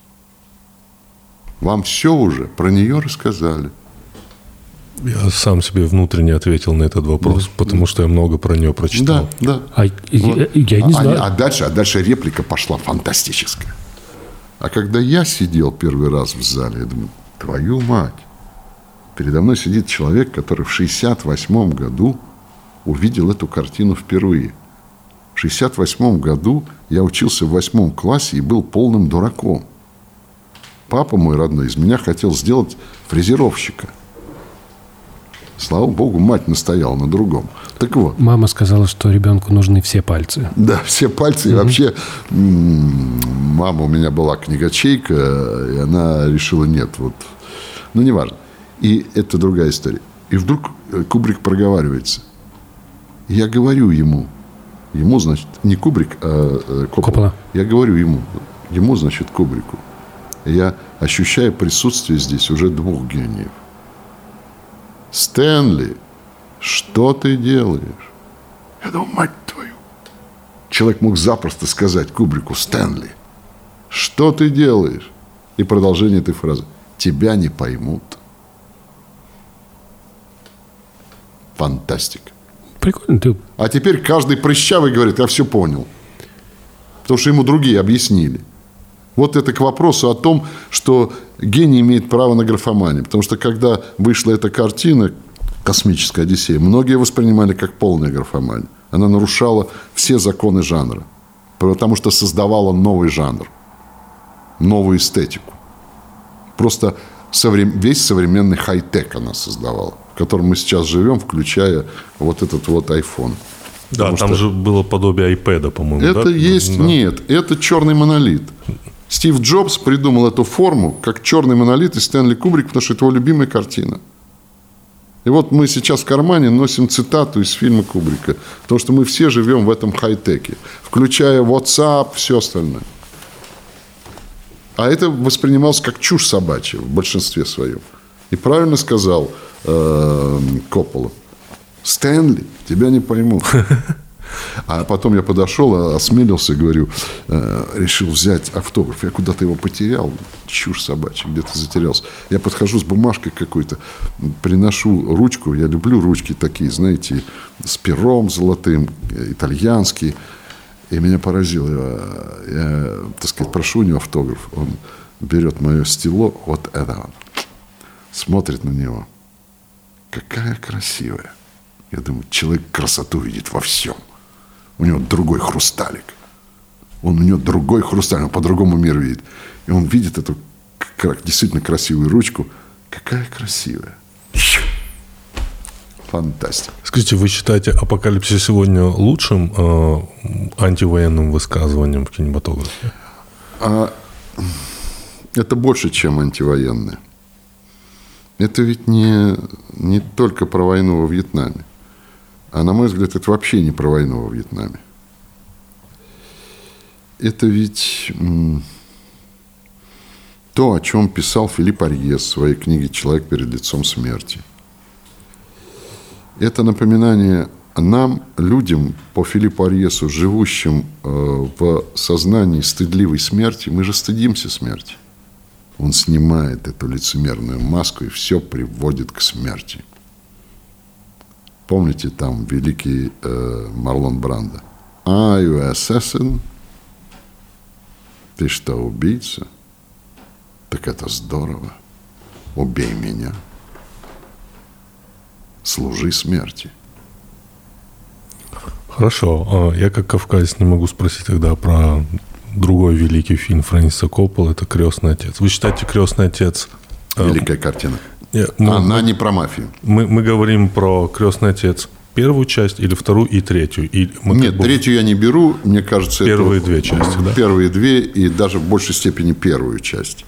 Вам все уже про нее рассказали. Я сам себе внутренне ответил на этот вопрос, да, потому да. что я много про нее прочитал. Да, да. А, вот. я, я не знаю. А, а, дальше, а дальше реплика пошла фантастическая. А когда я сидел первый раз в зале, я думаю, твою мать, передо мной сидит человек, который в шестьдесят восьмом году увидел эту картину впервые. В шестьдесят восьмом году я учился в восьмом классе и был полным дураком. Папа мой родной из меня хотел сделать фрезеровщика. Слава богу, мать настояла на другом. Так вот. Мама сказала, что ребенку нужны все пальцы. Да, все пальцы. Mm-hmm. И вообще, мама у меня была книгачейка, и она решила, нет, вот. Ну, неважно. И это другая история. И вдруг Кубрик проговаривается. И я говорю ему, ему, значит, не Кубрик, а Коппола. Коппола. Я говорю ему, ему, значит, Кубрику. Я ощущаю присутствие здесь уже двух гениев. Стэнли, что ты делаешь? Я думаю, мать твою. Человек мог запросто сказать Кубрику, Стэнли, что ты делаешь? И продолжение этой фразы. Тебя не поймут. Фантастика. Прикольно. Ты... А теперь каждый прыщавый говорит, я все понял. Потому что ему другие объяснили. Вот это к вопросу о том, что гений имеет право на графоманию. Потому что, когда вышла эта картина «Космическая Одиссея», многие воспринимали как полная графомания. Она нарушала все законы жанра, потому что создавала новый жанр, новую эстетику. Просто соврем... весь современный хай-тек она создавала, в котором мы сейчас живем, включая вот этот вот iPhone. Да, Потому там что... же было подобие iPad, по-моему. Это да? есть... Да. Нет, это черный монолит. Стив Джобс придумал эту форму как черный монолит из Стэнли Кубрик, потому что это его любимая картина. И вот мы сейчас в кармане носим цитату из фильма Кубрика, потому что мы все живем в этом хай-теке, включая WhatsApp, все остальное. А это воспринималось как чушь собачья в большинстве своем. И правильно сказал э, Коппола: Стэнли, тебя не пойму. А потом я подошел, осмелился, говорю, э, решил взять автограф. Я куда-то его потерял. Чушь собачья, где-то затерялся. Я подхожу с бумажкой какой-то, приношу ручку. Я люблю ручки такие, знаете, с пером золотым, итальянские. И меня поразило. Я, я, так сказать, прошу у него автограф. Он берет мое стило, вот это он, смотрит на него. Какая красивая. Я думаю, человек красоту видит во всем. У него другой хрусталик. Он у него другой хрусталик, он по-другому мир видит. И он видит эту действительно красивую ручку. Какая красивая. Фантастика. Скажите, вы считаете «Апокалипсис сегодня» лучшим э, антивоенным высказыванием в кинематографе? А, это больше, чем антивоенное. Это ведь не, не только про войну во Вьетнаме. А, на мой взгляд, это вообще не про войну во Вьетнаме. Это ведь м, то, о чем писал Филипп Арьес в своей книге «Человек перед лицом смерти». Это напоминание нам, людям, по Филиппу Арьесу, живущим э, в сознании стыдливой смерти. Мы же стыдимся смерти. Он снимает эту лицемерную маску и все приводит к смерти. Помните там великий э, Марлон Брандо? «Are you assassin?» Ты что, убийца? Так это здорово. Убей меня. Служи смерти. Хорошо. Я как кавказец не могу спросить тогда про другой великий фильм Фрэнсиса Копполы. Это «Крестный отец». Вы считаете, «Крестный отец»... Великая картина. Нет, мы, Она не про мафию. Мы, мы говорим про «Крестный отец» первую часть или вторую и третью? И мы Нет, как бы... третью я не беру. Мне кажется, Первые это... две части, да? Первые две и даже в большей степени первую часть.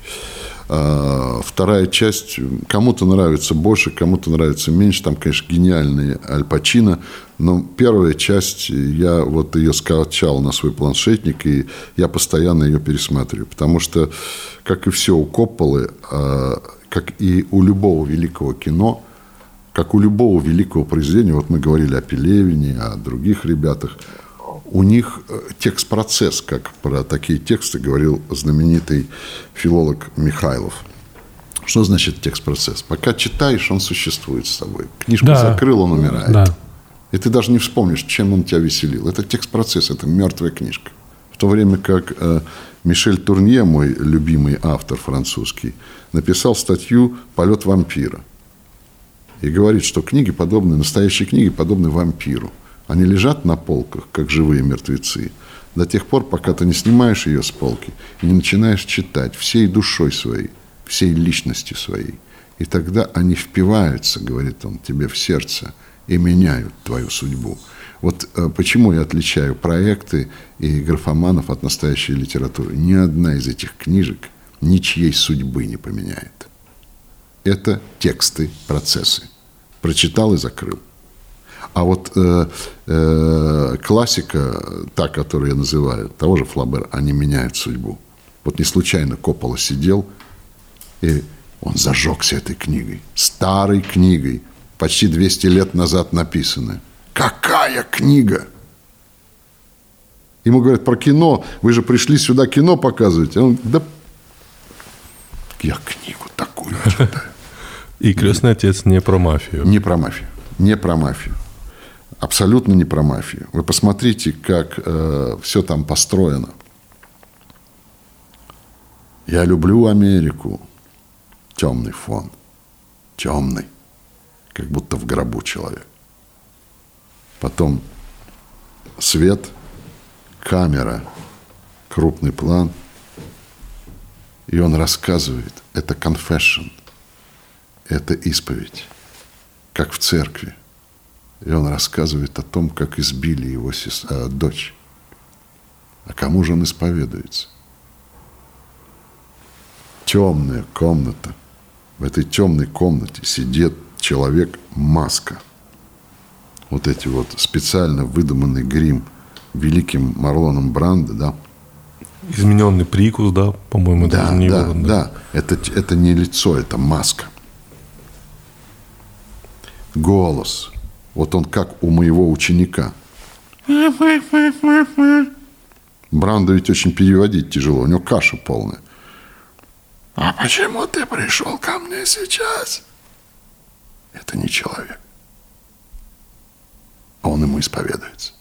Вторая часть кому-то нравится больше, кому-то нравится меньше. Там, конечно, гениальный Аль Пачино. Но первая часть, я вот ее скачал на свой планшетник, и я постоянно ее пересматриваю. Потому что, как и все у Копполы, как и у любого великого кино, как у любого великого произведения, вот мы говорили о Пелевине, о других ребятах, у них текст-процесс, как про такие тексты говорил знаменитый филолог Михайлов. Что значит текст-процесс? Пока читаешь, он существует с тобой. Книжку да. закрыл, он умирает. Да. И ты даже не вспомнишь, чем он тебя веселил. Это текст-процесс, это мертвая книжка. В то время как э, Мишель Турнье, мой любимый автор французский, написал статью «Полет вампира». И говорит, что книги подобны, настоящие книги подобны вампиру. Они лежат на полках, как живые мертвецы, до тех пор, пока ты не снимаешь ее с полки и не начинаешь читать всей душой своей, всей личностью своей. И тогда они впиваются, говорит он, тебе в сердце и меняют твою судьбу. Вот э, почему я отличаю проекты и графоманов от настоящей литературы. Ни одна из этих книжек ничьей судьбы не поменяет. Это тексты, процессы. Прочитал и закрыл. А вот э, э, классика, та, которую я называю, того же Флабера, они меняют судьбу. Вот не случайно Коппола сидел, и он зажегся этой книгой. Старой книгой, почти двести лет назад написанной. Какая книга! Ему говорят про кино. Вы же пришли сюда кино показывать. Он, да, я книгу такую читаю. И «Крестный отец» не про мафию. Не про мафию. Не про мафию. Абсолютно не про мафию. Вы посмотрите, как э, все там построено. Я люблю Америку. Темный фон. Темный. Как будто в гробу человек. Потом свет, камера, крупный план. И он рассказывает, это confession, это исповедь, как в церкви. И он рассказывает о том, как избили его сестра, дочь. А кому же он исповедуется? Темная комната. В этой темной комнате сидит человек-маска. Вот эти вот специально выдуманный грим великим Марлоном Брандо, да? Измененный прикус, да, по-моему, да, даже не да, его, да. да. Это, это не лицо, это маска. Голос. Вот он как у моего ученика. Брандо ведь очень переводить тяжело, у него каша полная. А почему ты пришел ко мне сейчас? Это не человек. А он ему исповедуется.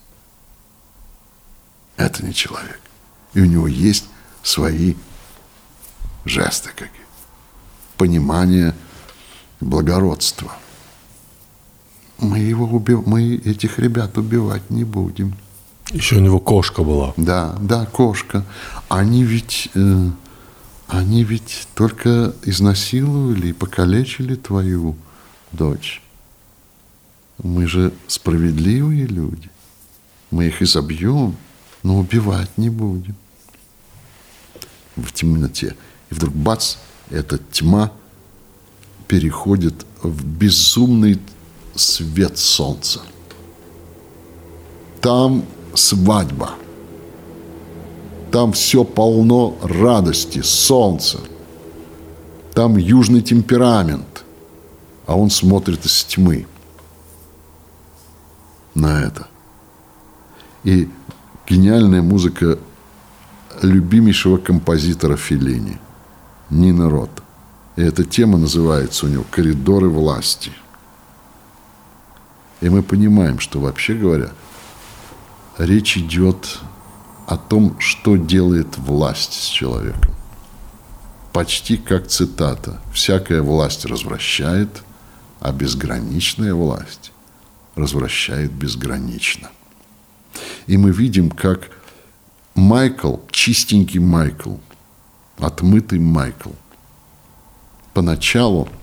Это не человек. И у него есть свои жесты какие. Понимание благородства. Мы его убив... мы этих ребят убивать не будем. Еще у него кошка была. Да, да, кошка. Они ведь, э, они ведь только изнасиловали и покалечили твою дочь. Мы же справедливые люди. Мы их изобьем, но убивать не будем. В темноте. И вдруг бац, эта тьма переходит в безумный свет солнца. Там свадьба. Там все полно радости, солнца. Там южный темперамент. А он смотрит из тьмы на это. И гениальная музыка любимейшего композитора Феллини, Нино Рота. И эта тема называется у него «Коридоры власти». И мы понимаем, что, вообще говоря, речь идет о том, что делает власть с человеком. Почти как цитата. «Всякая власть развращает, а безграничная власть развращает безгранично». И мы видим, как Майкл, чистенький Майкл, отмытый Майкл, поначалу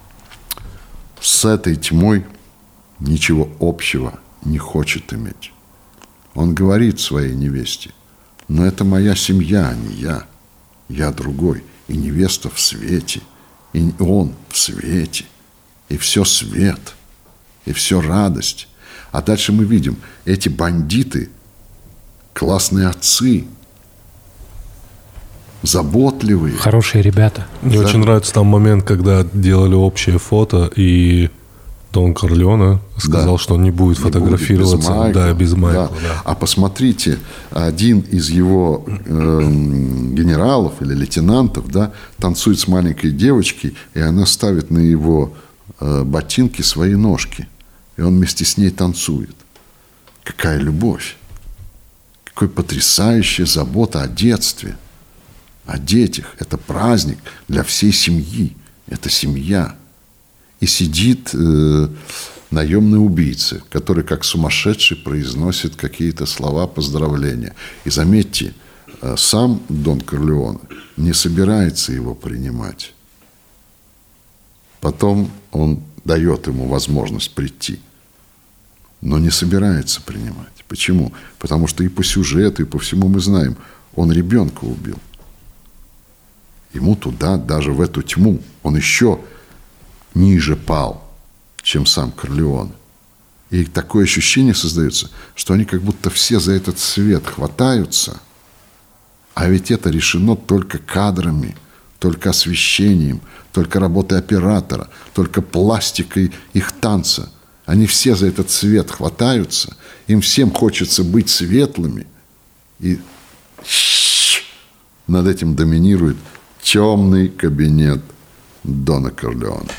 с этой тьмой ничего общего не хочет иметь. Он говорит своей невесте: но это моя семья, а не я. Я другой. И невеста в свете, и он в свете. И все свет, и все радость. А дальше мы видим, эти бандиты, классные отцы, заботливые. Хорошие ребята. Мне Да. очень нравится там момент, когда делали общее фото, и Дон Корлеоне сказал, Да. что он не будет Не будет фотографироваться без Майкла. да, без Майкла. Да. Да. А посмотрите, один из его э, генералов или лейтенантов, да, танцует с маленькой девочкой, и она ставит на его э, ботинки свои ножки. И он вместе с ней танцует. Какая любовь! Какая потрясающая забота о детстве, о детях. Это праздник для всей семьи. Это семья. И сидит э, наемный убийца, который как сумасшедший произносит какие-то слова поздравления. И заметьте, э, сам Дон Корлеоне не собирается его принимать. Потом он дает ему возможность прийти, но не собирается принимать. Почему? Потому что и по сюжету, и по всему мы знаем, он ребенка убил. Ему туда, даже в эту тьму, он еще ниже пал, чем сам Корлеоне. И такое ощущение создается, что они как будто все за этот свет хватаются, а ведь это решено только кадрами, только освещением, только работой оператора, только пластикой их танца. Они все за этот свет хватаются, им всем хочется быть светлыми, и над этим доминирует темный кабинет Дона Корлеоне.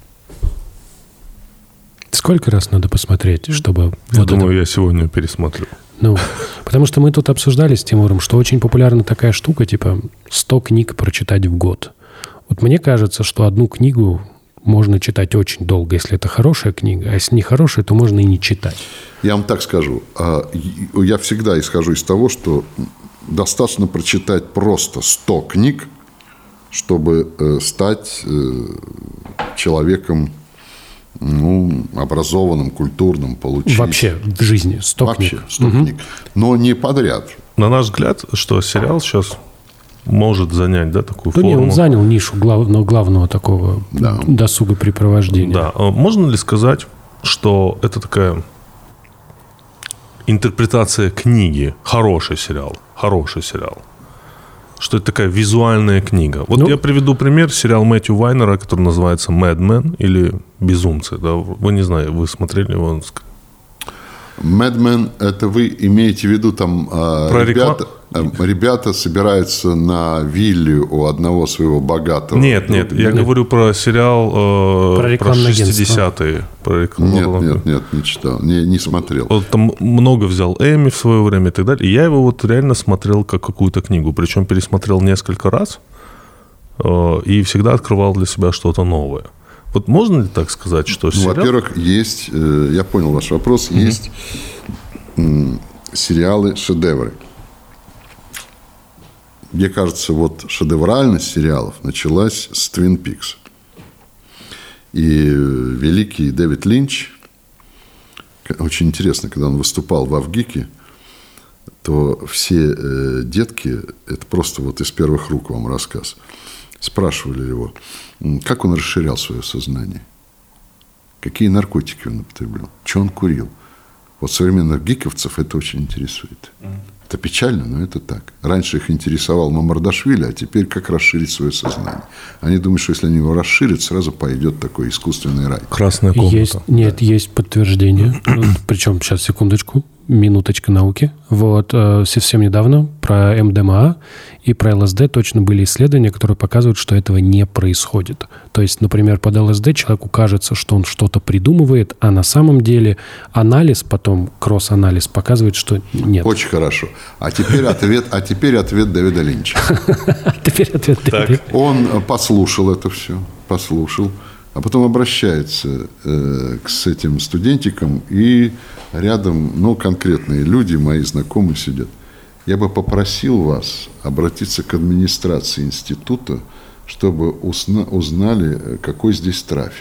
Сколько раз надо посмотреть, чтобы... Я вот думаю, это... я сегодня пересмотрю. Ну, потому что мы тут обсуждали с Тимуром, что очень популярна такая штука, типа сто книг прочитать в год. Вот мне кажется, что одну книгу можно читать очень долго, если это хорошая книга, а если не хорошая, то можно и не читать. Я вам так скажу. Я всегда исхожу из того, что достаточно прочитать просто сто книг, чтобы стать человеком, ну, образованным, культурным, получить... Вообще в жизни сто Вообще книг. сто угу. книг. Но не подряд. На наш взгляд, что сериал сейчас может занять, да, такую ну, форму. Не, он занял нишу главного, главного такого да. досугопрепровождения. Да. Можно ли сказать, что это такая интерпретация книги, хороший сериал, хороший сериал, что это такая визуальная книга? Вот ну, я приведу пример, сериал Мэтью Вайнера, который называется «Mad Men» или «Безумцы». Да? Вы не знаете, вы смотрели его? Mad Men, это вы имеете в виду там Про ребята, реклам... ребята собираются на вилле у одного своего богатого. Нет, нет, я нет. говорю про сериал э, про, про шестидесятые. Про реклам... Нет, нет, нет, не читал, не, не смотрел. Вот там много взял Эмми в свое время и так далее. И я его вот реально смотрел как какую-то книгу, причем пересмотрел несколько раз э, и всегда открывал для себя что-то новое. Вот можно ли так сказать, что сериал... Ну, во-первых, есть, я понял ваш вопрос, mm-hmm. есть сериалы-шедевры. Мне кажется, вот шедевральность сериалов началась с Twin Peaks. И великий Дэвид Линч, очень интересно, когда он выступал в Авгике, то все детки, это просто вот из первых рук вам рассказ, спрашивали его, как он расширял свое сознание, какие наркотики он употреблял, что он курил. Вот современных гиковцев это очень интересует. Это печально, но это так. Раньше их интересовал Мамардашвили, а теперь как расширить свое сознание. Они думают, что если они его расширят, сразу пойдет такой искусственный рай. Красная комната. Есть, нет, да. есть подтверждение. Причем, сейчас, секундочку, минуточка науки. Вот совсем недавно про эм дэ эм а и про эл эс дэ точно были исследования, которые показывают, что этого не происходит. То есть, например, под эл эс дэ человеку кажется, что он что-то придумывает, а на самом деле анализ, потом кросс-анализ показывает, что нет. Очень хорошо. А теперь ответ, а теперь ответ Дэвида Линча. Теперь ответ Дэвида. Он послушал это все, послушал, а потом обращается э, с этим студентиком, и рядом, ну, конкретные люди, мои знакомые сидят. Я бы попросил вас обратиться к администрации института, чтобы узна- узнали, какой здесь трафик.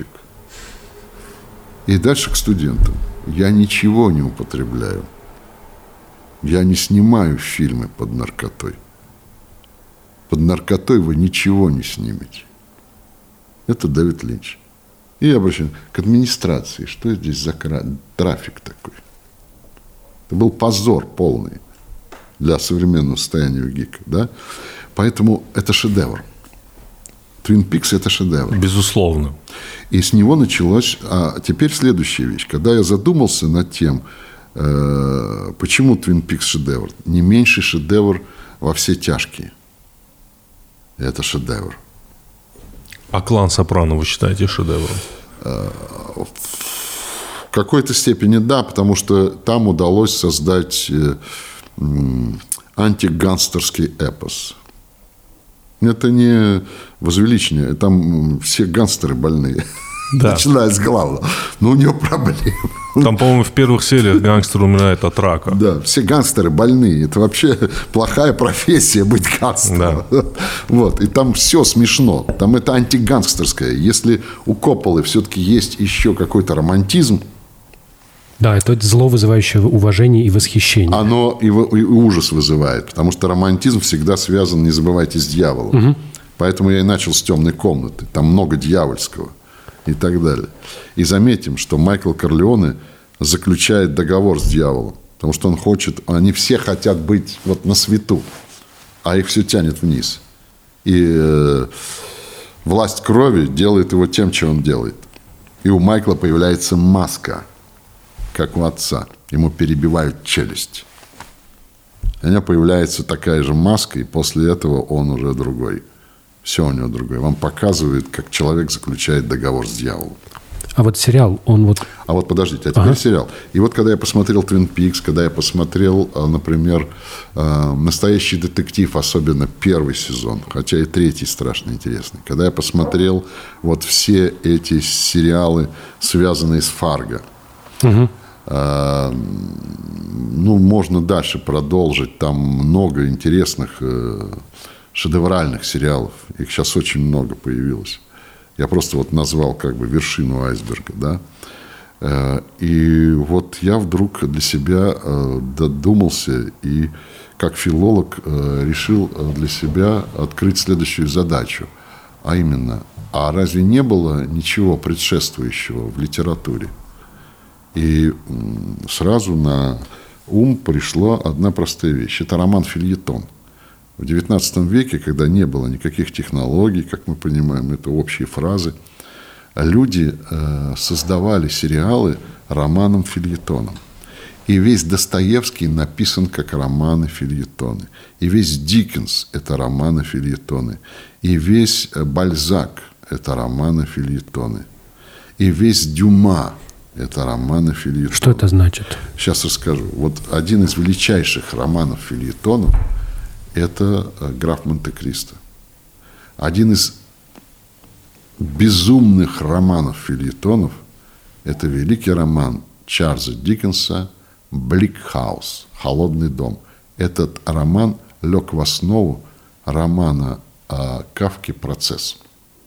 И дальше к студентам. Я ничего не употребляю. Я не снимаю фильмы под наркотой. Под наркотой вы ничего не снимете. Это Дэвид Линч. И я обращаюсь к администрации. Что здесь за трафик такой? Это был позор полный для современного состояния ГИКа. Да? Поэтому это шедевр. Twin Peaks – это шедевр. Безусловно. И с него началось... А теперь следующая вещь. Когда я задумался над тем, э, почему Twin Peaks шедевр, не меньший шедевр во «Все тяжкие». Это шедевр. А «Клан Сопрано» вы считаете шедевром? В какой-то степени да, потому что там удалось создать антигангстерский эпос. Это не возвеличение, там все гангстеры больные. Да. Начиная с главного. Но у него проблемы. Там, по-моему, в первых сериях гангстер умирает от рака. Да, все гангстеры больные. Это вообще плохая профессия быть гангстером. Да. Вот. И там все смешно. Там это антигангстерское. Если у Копполы все-таки есть еще какой-то романтизм. Да, это зло, вызывающее уважение и восхищение. Оно и, и ужас вызывает. Потому что романтизм всегда связан, не забывайте, с дьяволом. Угу. Поэтому я и начал с «Темной комнаты». Там много дьявольского. И так далее. И заметим, что Майкл Корлеоне заключает договор с дьяволом. Потому что он хочет... Они все хотят быть вот на свету. А их все тянет вниз. И э, власть крови делает его тем, что он делает. И у Майкла появляется маска, как у отца. Ему перебивают челюсть. У него появляется такая же маска, и после этого он уже другой. Все у него другое. Вам показывает, как человек заключает договор с дьяволом. А вот сериал, он вот... А вот подождите, а теперь ага. сериал. И вот когда я посмотрел «Твин Пикс», когда я посмотрел, например, «Настоящий детектив», особенно первый сезон, хотя и третий страшно интересный, когда я посмотрел вот все эти сериалы, связанные с «Фарго», угу. э, ну, можно дальше продолжить, там много интересных, э, шедевральных сериалов, их сейчас очень много появилось. Я просто вот назвал как бы вершину айсберга, да. И вот я вдруг для себя додумался и как филолог решил для себя открыть следующую задачу. А именно, а разве не было ничего предшествующего в литературе? И сразу на ум пришла одна простая вещь. Это роман-фельетон. В девятнадцатом веке, когда не было никаких технологий, как мы понимаем, это общие фразы, люди э, создавали сериалы романом-фельетоном. И весь Достоевский написан как романы-фельетоны. И весь Диккенс – это романы-фельетоны. И весь Бальзак – это романы-фельетоны. И весь Дюма – это романы-фельетоны. Что это значит? Сейчас расскажу. Вот один из величайших романов-фельетонов – это «Граф Монте-Кристо». Один из безумных романов-фельетонов – это великий роман Чарльза Диккенса «Блик Хаус» – «Холодный дом». Этот роман лег в основу романа о Кафке «Процесс».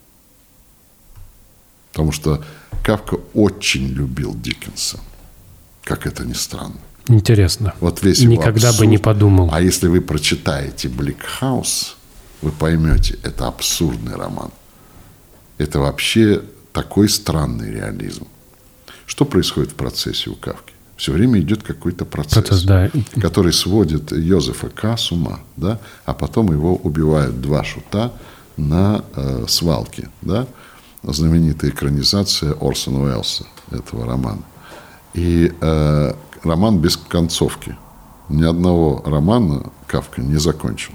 Потому что Кафка очень любил Диккенса, как это ни странно. Интересно. Вот весь его Никогда абсурд. бы не подумал. А если вы прочитаете «Блик Хаус», вы поймете, это абсурдный роман. Это вообще такой странный реализм. Что происходит в процессе у Кафки? Все время идет какой-то процесс, процесс да. который сводит Йозефа К. с ума, да? А потом его убивают два шута на э, свалке. Да? Знаменитая экранизация Орсона Уэллса этого романа. И э, роман без концовки. Ни одного романа Кафка не закончил.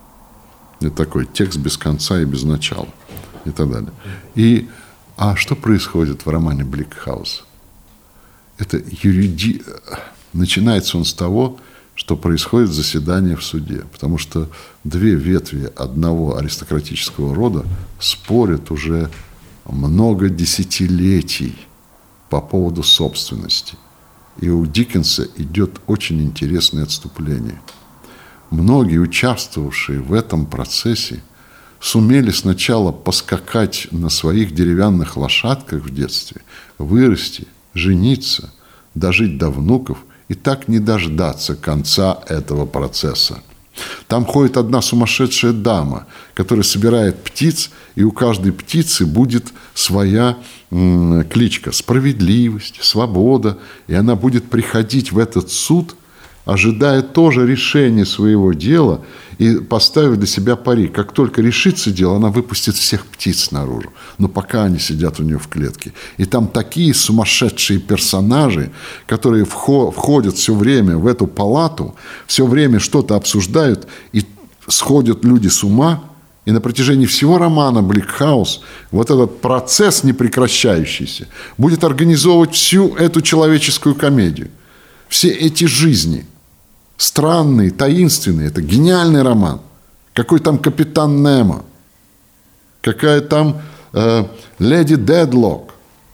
Это такой текст без конца и без начала. И так далее. И, а что происходит в романе «Блик Хаус»? Это юриди... Начинается он с того, что происходит заседание в суде. Потому что две ветви одного аристократического рода спорят уже много десятилетий по поводу собственности. И у Диккенса идет очень интересное отступление. Многие, участвовавшие в этом процессе, сумели сначала поскакать на своих деревянных лошадках в детстве, вырасти, жениться, дожить до внуков и так не дождаться конца этого процесса. Там ходит одна сумасшедшая дама, которая собирает птиц, и у каждой птицы будет своя м, кличка. Справедливость, свобода. И она будет приходить в этот суд, ожидая тоже решения своего дела и поставив для себя пари. Как только решится дело, она выпустит всех птиц наружу. Но пока они сидят у нее в клетке. И там такие сумасшедшие персонажи, которые входят все время в эту палату, все время что-то обсуждают, и сходят люди с ума. И на протяжении всего романа «Блик Хаус» вот этот процесс непрекращающийся будет организовывать всю эту человеческую комедию. Все эти жизни. Странный, таинственный. Это гениальный роман. Какой там капитан Немо. Какая там э, леди Дедлок,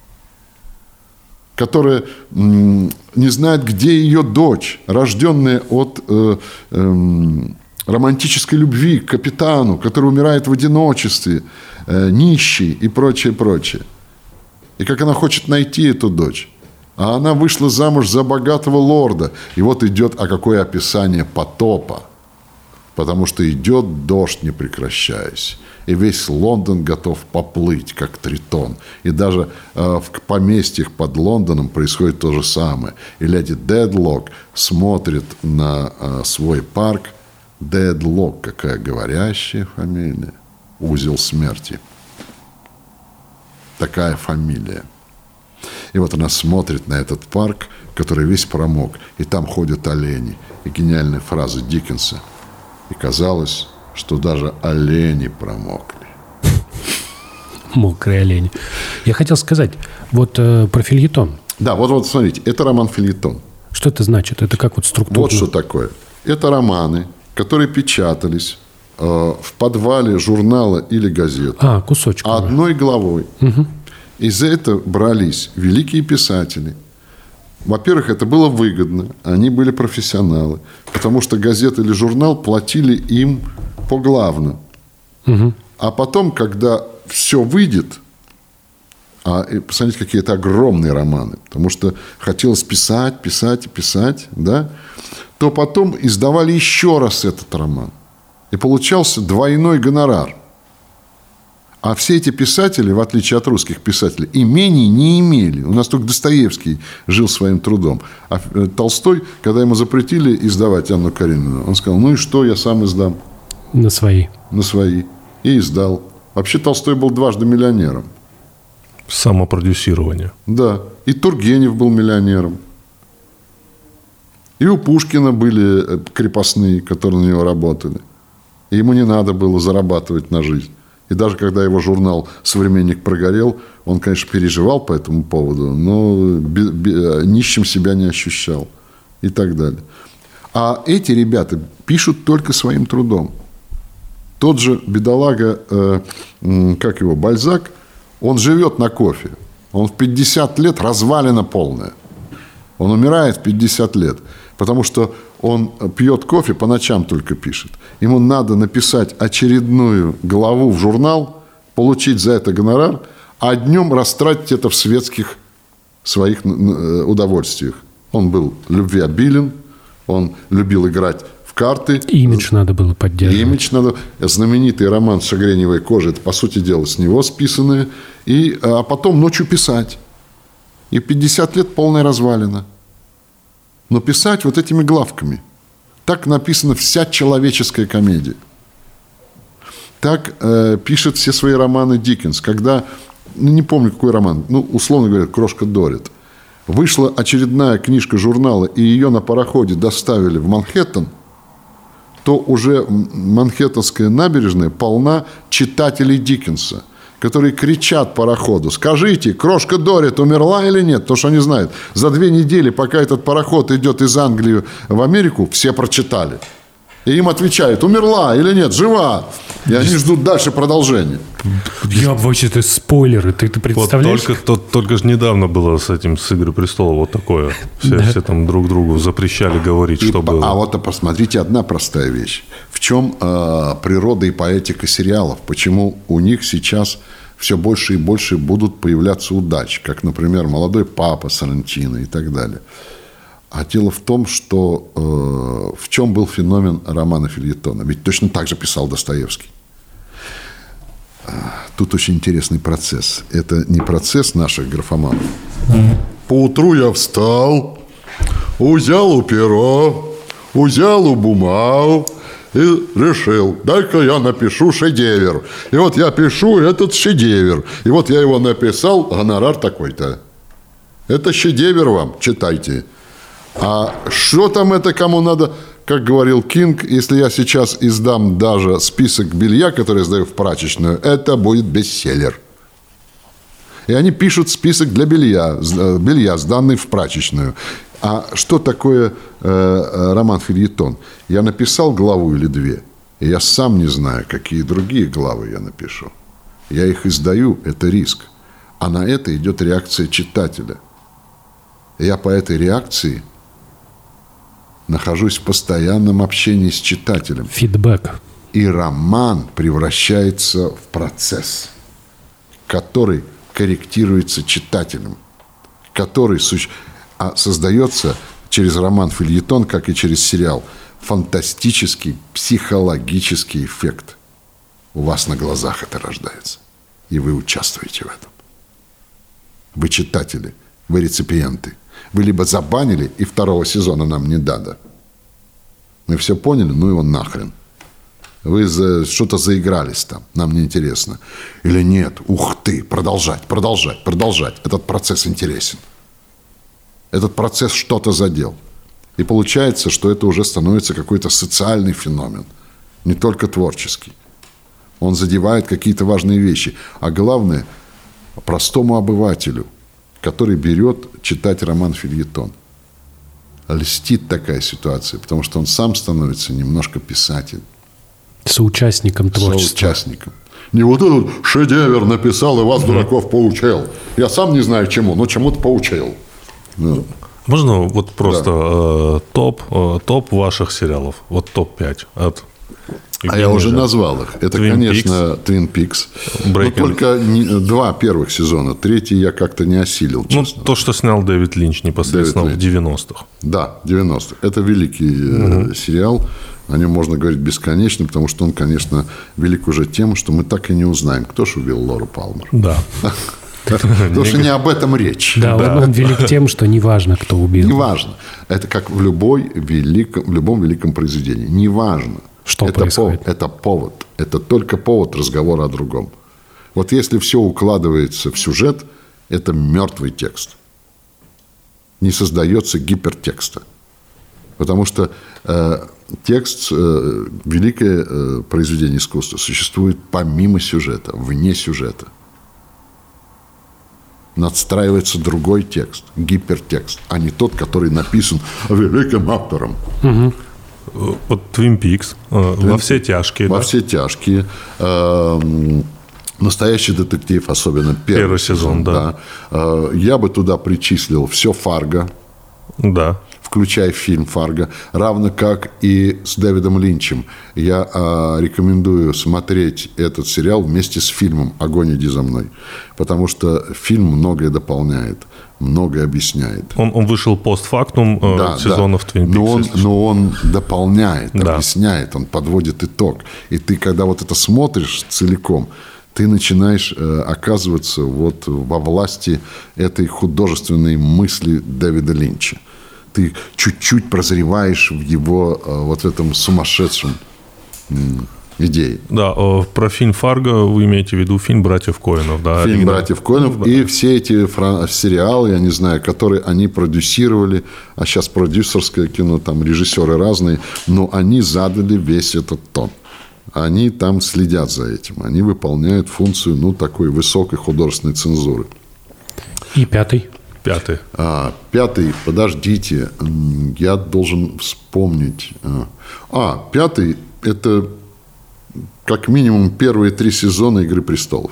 которая м, не знает, где ее дочь, рожденная от э, э, романтической любви к капитану, который умирает в одиночестве, э, нищий и прочее, прочее. И как она хочет найти эту дочь. А она вышла замуж за богатого лорда. И вот идет, а какое описание потопа. Потому что идет дождь, не прекращаясь. И весь Лондон готов поплыть, как тритон. И даже э, в поместьях под Лондоном происходит то же самое. И леди Дедлок смотрит на э, свой парк. Дедлок, какая говорящая фамилия. Узел смерти. Такая фамилия. И вот она смотрит на этот парк, который весь промок. И там ходят олени. И гениальная фраза Диккенса. И казалось, что даже олени промокли. Мокрые олени. Я хотел сказать, вот э, про фельетон. Да, вот, вот смотрите, это роман-фельетон. Что это значит? Это как вот структура? Вот что такое. Это романы, которые печатались э, в подвале журнала или газеты. А, кусочек. Одной главой. Угу. И за это брались великие писатели. Во-первых, это было выгодно. Они были профессионалы. Потому что газета или журнал платили им поглавно. Угу. А потом, когда все выйдет, а посмотрите, какие это огромные романы, потому что хотелось писать, писать и писать, да, то потом издавали еще раз этот роман. И получался двойной гонорар. А все эти писатели, в отличие от русских писателей, имений не имели. У нас только Достоевский жил своим трудом. А Толстой, когда ему запретили издавать Анну Каренину, он сказал, ну и что, я сам издам. На свои. На свои. И издал. Вообще Толстой был дважды миллионером. Самопродюсирование. Да. И Тургенев был миллионером. И у Пушкина были крепостные, которые на него работали. И ему не надо было зарабатывать на жизнь. И даже когда его журнал «Современник» прогорел, он, конечно, переживал по этому поводу, но нищим себя не ощущал. И так далее. А эти ребята пишут только своим трудом. Тот же бедолага, э, как его, Бальзак, он живет на кофе. Он в пятьдесят лет развалина полная. Он умирает в пятьдесят лет, потому что он пьет кофе, по ночам только пишет. Ему надо написать очередную главу в журнал, получить за это гонорар, а днем растратить это в светских своих удовольствиях. Он был любвеобилен, он любил играть в карты. Имидж надо было поддерживать. Имидж надо. Знаменитый роман «Шагреневая кожа» – это, по сути дела, с него списанные. И, а потом ночью писать. И пятьдесят лет полная развалина. Но писать вот этими главками. Так написана вся человеческая комедия. Так э, пишет все свои романы Диккенс. Когда, ну, не помню, какой роман, ну, условно говоря, «Крошка Дорит». Вышла очередная книжка журнала, и ее на пароходе доставили в Манхэттен, то уже Манхэттенская набережная полна читателей Диккенса, которые кричат пароходу: скажите, крошка Дорит умерла или нет? Потому что они знают, за две недели, пока этот пароход идет из Англии в Америку, все прочитали. И им отвечают: умерла или нет, жива. И они ждут дальше продолжения. Я вообще, это спойлеры, ты, ты представляешь? Вот только, то, только же недавно было с этим, с «Игры престолов» вот такое. Все, да. все там друг другу запрещали говорить, и, что было. А вот посмотрите, одна простая вещь. В чем э, природа и поэтика сериалов? Почему у них сейчас все больше и больше будут появляться удачи? Как, например, «Молодой папа» Соррентино и так далее. А дело в том, что э, в чем был феномен романа фельетона. Ведь точно так же писал Достоевский. Тут очень интересный процесс. Это не процесс наших графоманов. Поутру я встал, взял у перо, взял у бумагу и решил, дай-ка я напишу шедевр. И вот я пишу этот шедевр. И вот я его написал, гонорар такой-то. Это шедевр вам, читайте. А что там это кому надо? Как говорил Кинг, если я сейчас издам даже список белья, который я сдаю в прачечную, это будет бестселлер. И они пишут список для белья, белья, сданный в прачечную. А что такое э, роман-фельетон? Я написал главу или две, и я сам не знаю, какие другие главы я напишу. Я их издаю, это риск. А на это идет реакция читателя. И я по этой реакции нахожусь в постоянном общении с читателем. Фидбэк. И роман превращается в процесс, который корректируется читателем, который суще... а создается через роман-фельетон, как и через сериал, фантастический психологический эффект. У вас на глазах это рождается, и вы участвуете в этом. Вы читатели, вы реципиенты. Вы либо забанили, и второго сезона нам не надо. Мы все поняли, ну его нахрен. Вы за, что-то заигрались там, нам неинтересно. Или нет, ух ты, продолжать, продолжать, продолжать. Этот процесс интересен. Этот процесс что-то задел. И получается, что это уже становится какой-то социальный феномен. Не только творческий. Он задевает какие-то важные вещи. А главное, простому обывателю, который берет читать роман-фельетон, льстит такая ситуация, потому что он сам становится немножко писателем. Соучастником творчества. Соучастником. Не вот этот шедевр написал и вас, дураков, поучил. Я сам не знаю чему, но чему-то поучил. Ну. Можно вот просто да. э, топ, э, топ ваших сериалов? Вот топ пять от... А я уже назвал их. Это, Twin конечно, Twin Peaks. Но только не, два первых сезона. Третий я как-то не осилил, честно. Ну, то, что снял Дэвид Линч непосредственно Дэвид в девяностых. Да, девяностых. Это великий угу. э, сериал. О нем можно говорить бесконечно, потому что он, конечно, велик уже тем, что мы так и не узнаем, кто же убил Лору Палмер. Да. Потому что не об этом речь. Да, да. Он, он велик тем, что неважно, кто убил. Неважно. Это как в, любой великом, в любом великом произведении. Неважно. Что это происходит? Повод, это повод. Это только повод разговора о другом. Вот если все укладывается в сюжет, это мертвый текст. Не создается гипертекста. Потому что э, текст, э, великое э, произведение искусства существует помимо сюжета, вне сюжета. Надстраивается другой текст, гипертекст, а не тот, который написан великим автором. Угу. Вот Twin Peaks, Twin, во все тяжкие. Во да? все тяжкие. Э, настоящий детектив, особенно первый, первый сезон. сезон да. Да. Э, я бы туда причислил все Фарго. Да. Включая фильм «Фарго», равно как и с Дэвидом Линчем. Я э, рекомендую смотреть этот сериал вместе с фильмом «Огонь, иди за мной», потому что фильм многое дополняет, многое объясняет. Он, он вышел постфактум э, да, сезонов да. Twin Peaks. Но он, но он дополняет, да. объясняет, он подводит итог. И ты, когда вот это смотришь целиком, ты начинаешь э, оказываться вот во власти этой художественной мысли Дэвида Линча. Ты чуть-чуть прозреваешь в его вот в этом сумасшедшем идее. Да, про фильм «Фарго» вы имеете в виду фильм «Братьев Коэнов». Да, фильм «Братьев Коэнов» да. И все эти фран... сериалы, я не знаю, которые они продюсировали, а сейчас продюсерское кино, там режиссеры разные, но они задали весь этот тон. Они там следят за этим. Они выполняют функцию, ну, такой высокой художественной цензуры. И пятый. Пятый. А, пятый, подождите, я должен вспомнить. А, пятый – это как минимум первые три сезона «Игры престолов».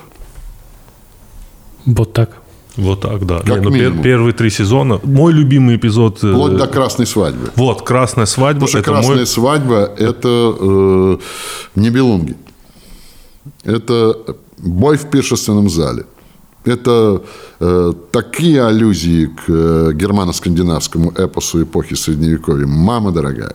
Вот так. Вот так, да. Как Не, ну, минимум. Первые три сезона. Мой любимый эпизод. Вплоть до «Красной свадьбы». Вот, «Красная свадьба». Потому что это «Красная мой... свадьба» – это э, Нибелунги. Это бой в пиршественном зале. Это э, такие аллюзии к э, германо-скандинавскому эпосу эпохи Средневековья. Мама дорогая.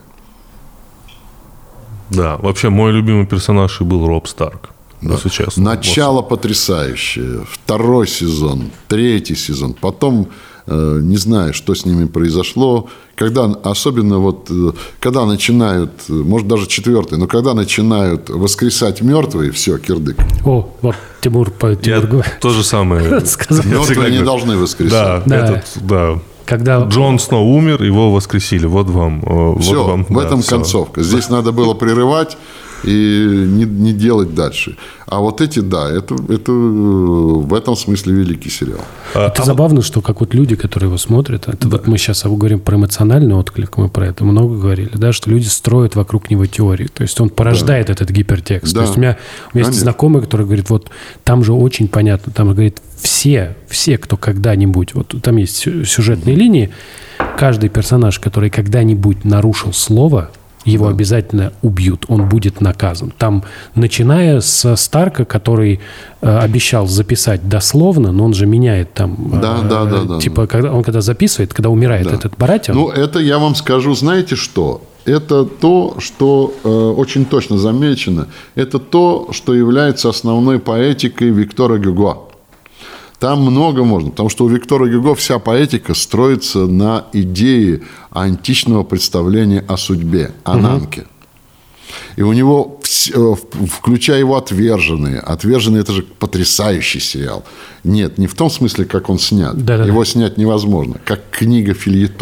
Да, вообще мой любимый персонаж и был Роб Старк. Да. Если честно. Начало вот. Потрясающее. Второй сезон, третий сезон. Потом э, не знаю, что с ними произошло. Когда, особенно вот, э, когда начинают, может даже четвертый, но когда начинают воскресать мертвые, все, кирдык. О, вот Тимур, Тимур Я то же самое сказал. Мертвые не должны воскресать. Да, Да. этот, да. Когда... Джон Сноу умер, его воскресили. Вот вам. Все, вот вам, в да, этом все. концовка. Здесь надо было прерывать и не, не делать дальше. А вот эти, да, это, это в этом смысле великий сериал. Это а, забавно, что как вот люди, которые его смотрят, это да. Вот мы сейчас говорим про эмоциональный отклик, мы про это много говорили, да, что люди строят вокруг него теории. То есть он порождает да. этот гипертекст. Да. То есть у меня, у меня есть знакомый, который говорит, вот там же очень понятно, там говорит, все, все, кто когда-нибудь, вот там есть сюжетные mm-hmm. линии, каждый персонаж, который когда-нибудь нарушил слово, его да. обязательно убьют, он будет наказан. Там, начиная с Старка, который э, обещал записать дословно, но он же меняет там... Да, э, да, да, да. Типа, да. Когда, он когда записывает, когда умирает да. этот Баратион... Ну, это я вам скажу, знаете что? Это то, что э, очень точно замечено. Это то, что является основной поэтикой Виктора Гюго. Там много можно, потому что у Виктора Гюго вся поэтика строится на идее античного представления о судьбе, о Нанке. И у него, включая его «Отверженные», «Отверженные» – это же потрясающий сериал. Нет, не в том смысле, как он снят. Да-да-да. Его снять невозможно, как книга-фельетон.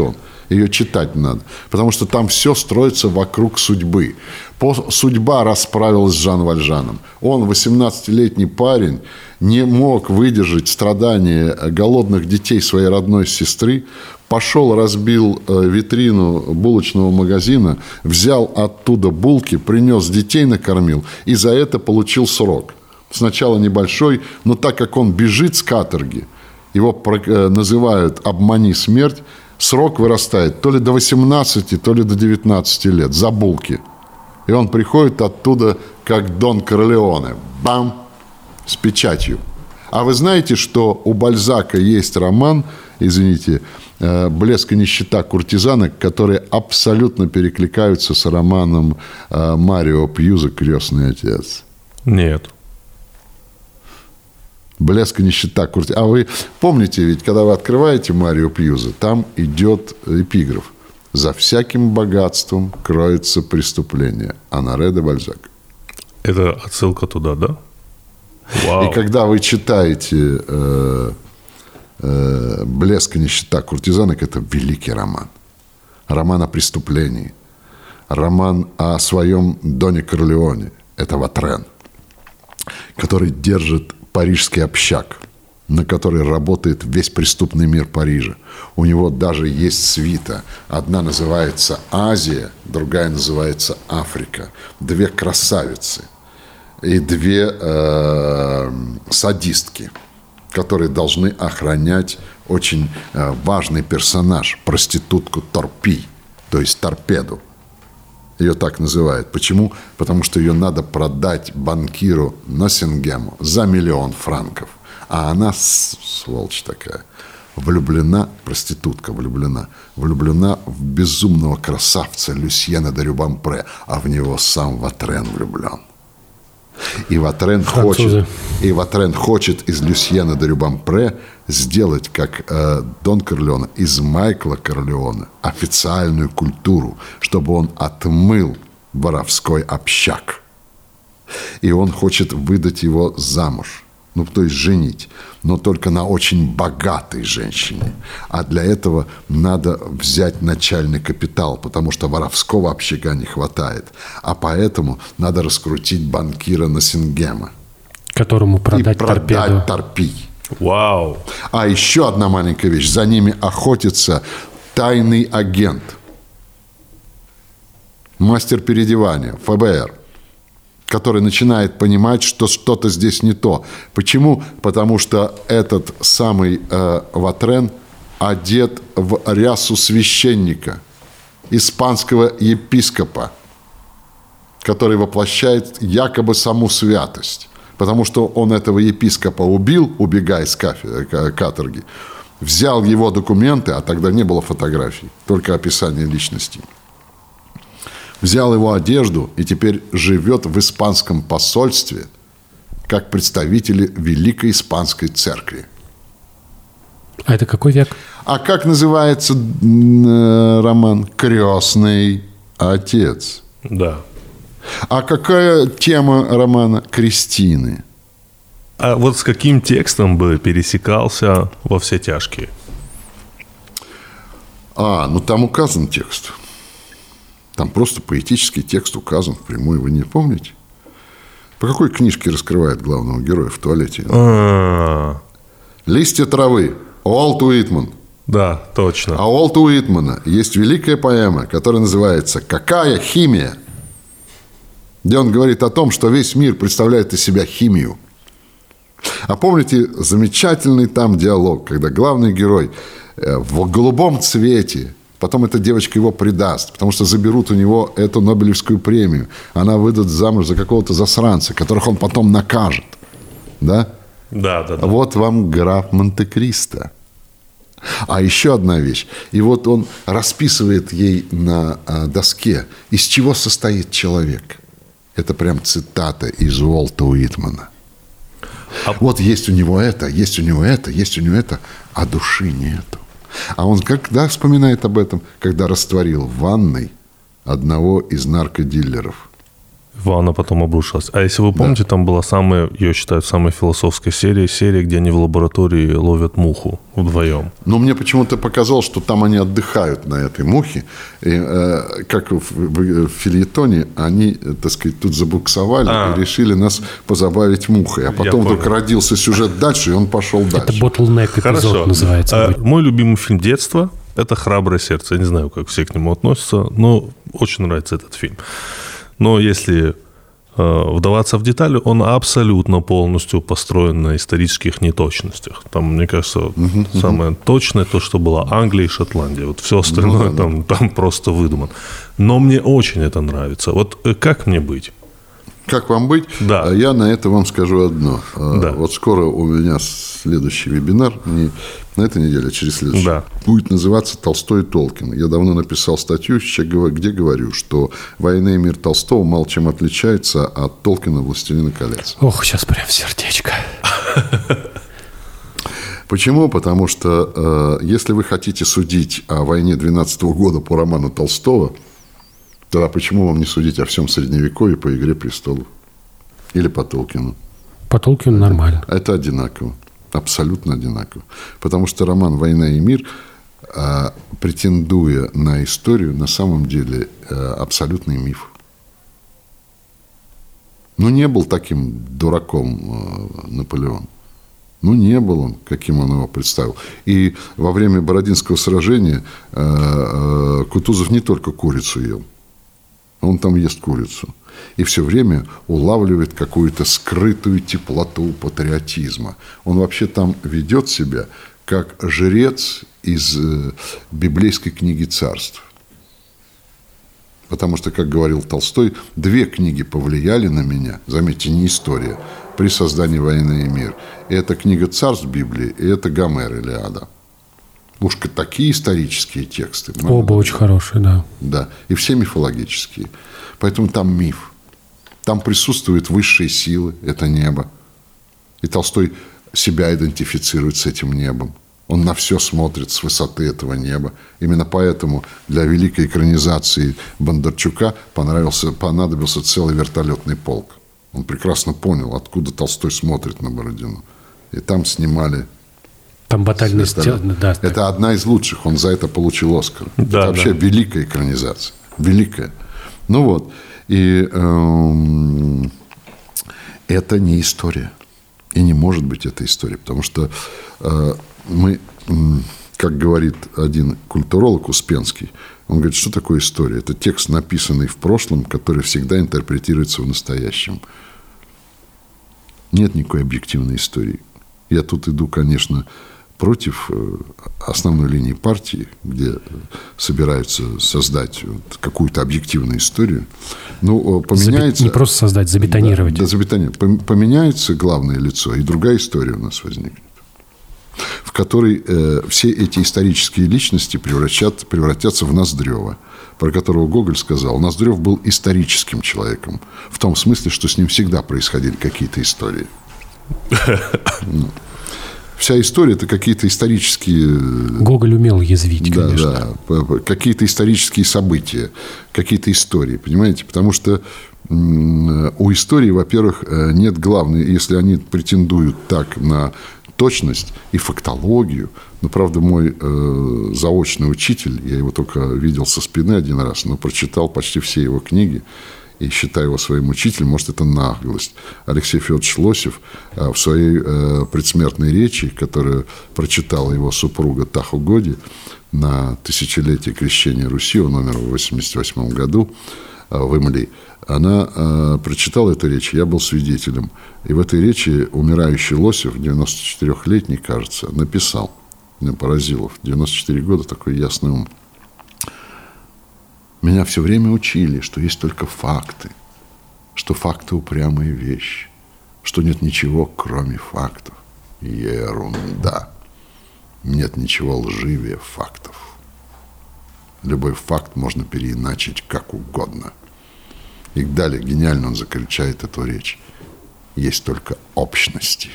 Ее читать надо. Потому что там все строится вокруг судьбы. Судьба расправилась с Жан Вальжаном. Он, восемнадцатилетний парень, не мог выдержать страдания голодных детей своей родной сестры. Пошел, разбил витрину булочного магазина, взял оттуда булки, принес детей, накормил. И за это получил срок. Сначала небольшой, но так как он бежит с каторги, его называют «обмани смерть», срок вырастает то ли до восемнадцати, то ли до девятнадцати лет за булки. И он приходит оттуда, как Дон Корлеоне. Бам! С печатью. А вы знаете, что у Бальзака есть роман, извините, «Блеск и нищета куртизанок», которые абсолютно перекликаются с романом Марио Пьюза «Крестный отец». Нет. «Блеск и нищета куртизанок». А вы помните, ведь, когда вы открываете Марио Пьюза, там идет эпиграф: «За всяким богатством кроется преступление». Оноре де Бальзак. Это отсылка туда, да? Вау. И когда вы читаете э, э, «Блеск и нищета куртизанок», это великий роман. Роман о преступлении. Роман о своем Доне Корлеоне. Это Ватрен, который держит парижский общак, на который работает весь преступный мир Парижа. У него даже есть свита. Одна называется «Азия», другая называется «Африка». Две красавицы и две э, садистки, которые должны охранять очень э, важный персонаж, проститутку Торпи, то есть торпеду. Ее так называют. Почему? Потому что ее надо продать банкиру Носсингему за миллион франков. А она, сволочь такая, влюблена, проститутка влюблена, влюблена в безумного красавца Люсьена де Рюбампре, а в него сам Ватрен влюблен. И Ватрен хочет, и Ватрен хочет из Люсьена де Рюбампре сделать, как э, Дон Корлеоне, из Майкла Корлеоне официальную культуру, чтобы он отмыл воровской общак. И он хочет выдать его замуж. Ну, то есть женить, но только на очень богатой женщине. А для этого надо взять начальный капитал, потому что воровского общака не хватает. А поэтому надо раскрутить банкира Носсингема. Которому продать, и продать торпеду. Торпи. Вау. А еще одна маленькая вещь. За ними охотится тайный агент. Мастер переодевания, эф бэ эр. Который начинает понимать, что что-то здесь не то. Почему? Потому что этот самый э, Ватрен одет в рясу священника, испанского епископа, который воплощает якобы саму святость. Потому что он этого епископа убил, убегая с каторги, взял его документы, а тогда не было фотографий, только описание личности. Взял его одежду и теперь живет в испанском посольстве как представители Великой Испанской Церкви. А это какой век? А как называется э, роман? «Крестный отец». Да. А какая тема романа? Кристины. А вот с каким текстом бы пересекался «Во все тяжкие»? А, ну там указан текст. Там просто поэтический текст указан впрямую. Вы не помните? По какой книжке раскрывает главного героя в туалете? А-а-а. «Листья травы». Уолт Уитман. Да, точно. А у Уолта Уитмана есть великая поэма, которая называется «Какая химия?», где он говорит о том, что весь мир представляет из себя химию. А помните замечательный там диалог, когда главный герой в голубом цвете, потом эта девочка его предаст, потому что заберут у него эту Нобелевскую премию. Она выдаст замуж за какого-то засранца, которых он потом накажет. Да? Да, да, да. Вот вам граф Монте-Кристо. А еще одна вещь. И вот он расписывает ей на доске, из чего состоит человек. Это прям цитата из Уолта Уитмана. А... Вот есть у него это, есть у него это, есть у него это, а души нету. А он когда вспоминает об этом? Когда растворил в ванной одного из наркодилеров. Она потом обрушилась. А если вы помните, да. там была самая, я считаю, самая философская серия, серия, где они в лаборатории ловят муху вдвоем. Но мне почему-то показалось, что там они отдыхают на этой мухе. И, э, как в, в, в фельетоне, они, так сказать, тут забуксовали а. и решили нас позабавить мухой. А потом вдруг родился сюжет дальше, и он пошел дальше. Это bottleneck эпизод называется. А, мой любимый фильм детства – это «Храброе сердце». Я не знаю, как все к нему относятся, но очень нравится этот фильм. Но если э, вдаваться в детали, он абсолютно полностью построен на исторических неточностях. Там, мне кажется, uh-huh, самое uh-huh. точное то, что была Англия и Шотландия. Вот все остальное uh-huh. там, там просто выдумано. Но мне очень это нравится. Вот как мне быть? Как вам быть? Да. Я на это вам скажу одно. Да. Вот скоро у меня следующий вебинар, не на этой неделе, а через следующую, да. будет называться «Толстой и Толкин». Я давно написал статью, где говорю, что «Война и мир» Толстого мало чем отличается от Толкина «Властелина колец». Ох, сейчас прям сердечко. Почему? Потому что если вы хотите судить о войне двенадцатого года по роману Толстого, тогда почему вам не судить о всем Средневековье по «Игре престолов»? Или по Толкину? По Толкину нормально. Это одинаково. Абсолютно одинаково. Потому что роман «Война и мир», претендуя на историю, на самом деле абсолютный миф. Ну, не был таким дураком Наполеон. Ну, не был он, каким он его представил. И во время Бородинского сражения Кутузов не только курицу ел. Он там ест курицу. И все время улавливает какую-то скрытую теплоту патриотизма. Он вообще там ведет себя как жрец из библейской книги царств. Потому что, как говорил Толстой, две книги повлияли на меня, заметьте, не история, при создании «Войны и мир». И это книга царств Библии, и это Гомер, Илиада. Уж такие исторические тексты. Оба очень хорошие, да. Да, и все мифологические. Поэтому там миф. Там присутствуют высшие силы, это небо. И Толстой себя идентифицирует с этим небом. Он на все смотрит с высоты этого неба. Именно поэтому для великой экранизации Бондарчука понравился, понадобился целый вертолетный полк. Он прекрасно понял, откуда Толстой смотрит на Бородину. И там снимали... Там батальная сцена, да. Это одна из лучших, он за это получил Оскар. Да, это вообще да. великая экранизация. Великая. Ну вот. И эм, это не история. И не может быть это история. Потому что э, мы, э, как говорит один культуролог Успенский, он говорит, что такое история? Это текст, написанный в прошлом, который всегда интерпретируется в настоящем. Нет никакой объективной истории. Я тут иду, конечно, против основной линии партии, где собираются создать какую-то объективную историю. Но поменяется... Не просто создать, забетонировать. Да, да, забетонировать. Поменяется главное лицо, и другая история у нас возникнет, в которой э, все эти исторические личности превратят, превратятся в Ноздрева, про которого Гоголь сказал, Ноздрев был историческим человеком, в том смысле, что с ним всегда происходили какие-то истории. Вся история – это какие-то исторические... Гоголь умел язвить, да, конечно. Да, какие-то исторические события, какие-то истории, понимаете? Потому что у истории, во-первых, нет главной, если они претендуют так на точность и фактологию. Но, правда, мой э, заочный учитель, я его только видел со спины один раз, но прочитал почти все его книги, и считаю его своим учителем, может, это наглость. Алексей Федорович Лосев в своей э, предсмертной речи, которую прочитала его супруга Таху Годи на тысячелетие крещения Руси, он умер в восемьдесят восьмом году э, в Имли, она э, прочитала эту речь, я был свидетелем. И в этой речи умирающий Лосев, девяносточетырёхлетний, кажется, написал, меня поразило, в девяносто четыре года такой ясный ум. Меня все время учили, что есть только факты, что факты – упрямые вещи, что нет ничего, кроме фактов. Ерунда. Нет ничего лживее фактов. Любой факт можно переиначить как угодно. И далее гениально он заключает эту речь. Есть только общности.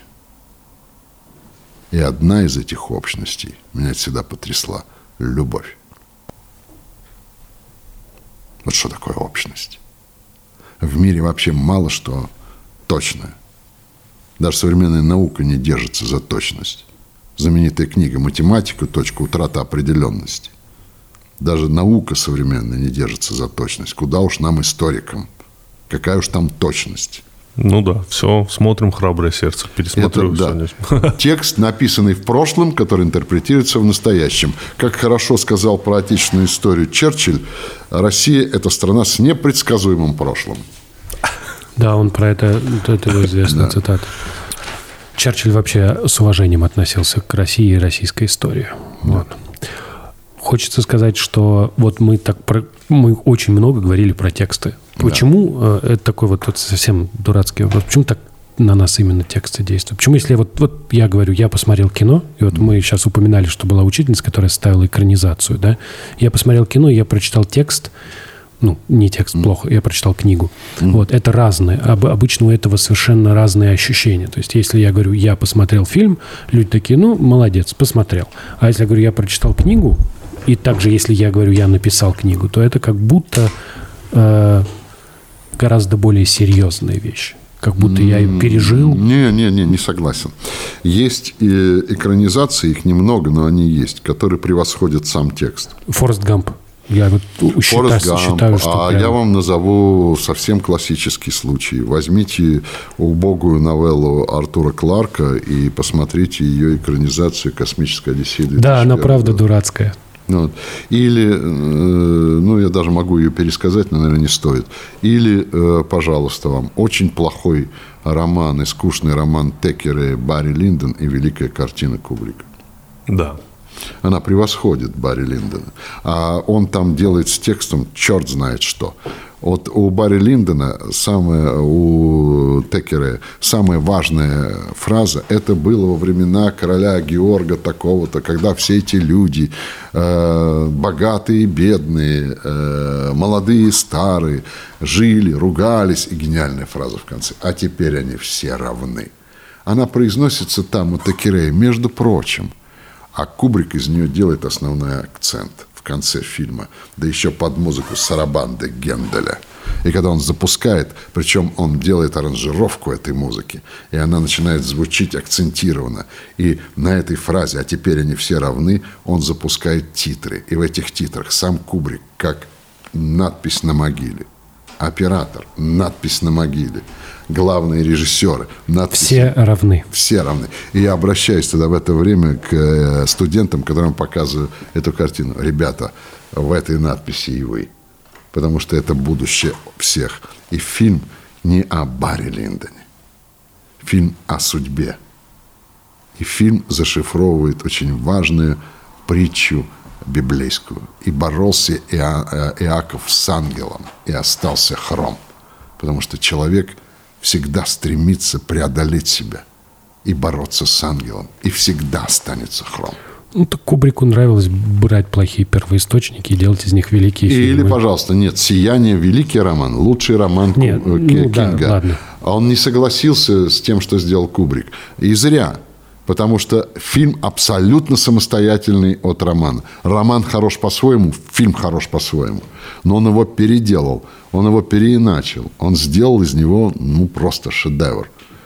И одна из этих общностей меня всегда потрясла – любовь. Вот что такое общность? В мире вообще мало что точное. Даже современная наука не держится за точность. Знаменитая книга «Математика. Точка. Утрата определенности». Даже наука современная не держится за точность. Куда уж нам, историкам? Какая уж там точность? Ну да, все, смотрим «Храброе сердце», пересмотрю Это, сегодня. да. Текст, написанный в прошлом, который интерпретируется в настоящем. Как хорошо сказал про отечественную историю Черчилль, Россия – это страна с непредсказуемым прошлым. Да, он про это, это его известная Да. цитата. Черчилль вообще с уважением относился к России и российской истории. Вот. Хочется сказать, что вот мы так про, мы очень много говорили про тексты. Почему да. э, это такой вот, вот совсем дурацкий вопрос? Почему так на нас именно тексты действуют? Почему, если вот, вот я говорю, я посмотрел кино, и вот мы сейчас упоминали, что была учительница, которая ставила экранизацию, да? Я посмотрел кино, и я прочитал текст, ну, не текст, mm. плохо, я прочитал книгу. Mm. Вот, это разные. Об, обычно у этого совершенно разные ощущения. То есть, если я говорю, я посмотрел фильм, люди такие, ну, молодец, посмотрел. А если я говорю, я прочитал книгу, и также, если я говорю, я написал книгу, то это как будто э, гораздо более серьезная вещь. Как будто я ее пережил. Не, не, не, не согласен. Есть э, экранизации, их немного, но они есть, которые превосходят сам текст. Форест Гамп. Я вот считаю, Гамп, считаю, что а прям... я вам назову совсем классический случай. Возьмите убогую новеллу Артура Кларка и посмотрите ее экранизацию «Космическая Одиссея» две тысячи первого Да, она правда года. дурацкая. Вот. Или, ну, я даже могу ее пересказать, но, наверное, не стоит. Или, пожалуйста, вам очень плохой роман и скучный роман Теккера Барри Линдон и великая картина Кубрика. Да. Она превосходит Барри Линдона. А он там делает с текстом черт знает что. Вот у Барри Линдона, самая, у Теккера самая важная фраза, это было во времена короля Георга такого-то, когда все эти люди, э, богатые и бедные, э, молодые и старые, жили, ругались, и гениальная фраза в конце. А теперь они все равны. Она произносится там у Теккера, между прочим. А Кубрик из нее делает основной акцент в конце фильма, да еще под музыку сарабанды Генделя. И когда он запускает, причем он делает аранжировку этой музыки, и она начинает звучить акцентированно. И на этой фразе «а теперь они все равны» он запускает титры. И в этих титрах сам Кубрик, как надпись на могиле. Оператор, надпись на могиле. Главные режиссеры, надпись. Все равны. Все равны. И я обращаюсь тогда в это время к студентам, которым показываю эту картину. Ребята, в этой надписи и вы. Потому что это будущее всех. И фильм не о Барри Линдоне. Фильм о судьбе. И фильм зашифровывает очень важную притчу библейскую. И боролся Иа- Иаков с ангелом, и остался хром. Потому что человек всегда стремится преодолеть себя и бороться с ангелом. И всегда останется хром. Ну, так Кубрику нравилось брать плохие первоисточники и делать из них великие фильмы. Или, пожалуйста, нет, «Сияние» – великий роман, лучший роман нет, Ку- ну, Кинга. Да, ладно. А он не согласился с тем, что сделал Кубрик. И зря. Потому что фильм абсолютно самостоятельный от романа. Роман хорош по-своему, фильм хорош по-своему. Но он его переделал, он его переиначил. Он сделал из него, ну, просто шедевр.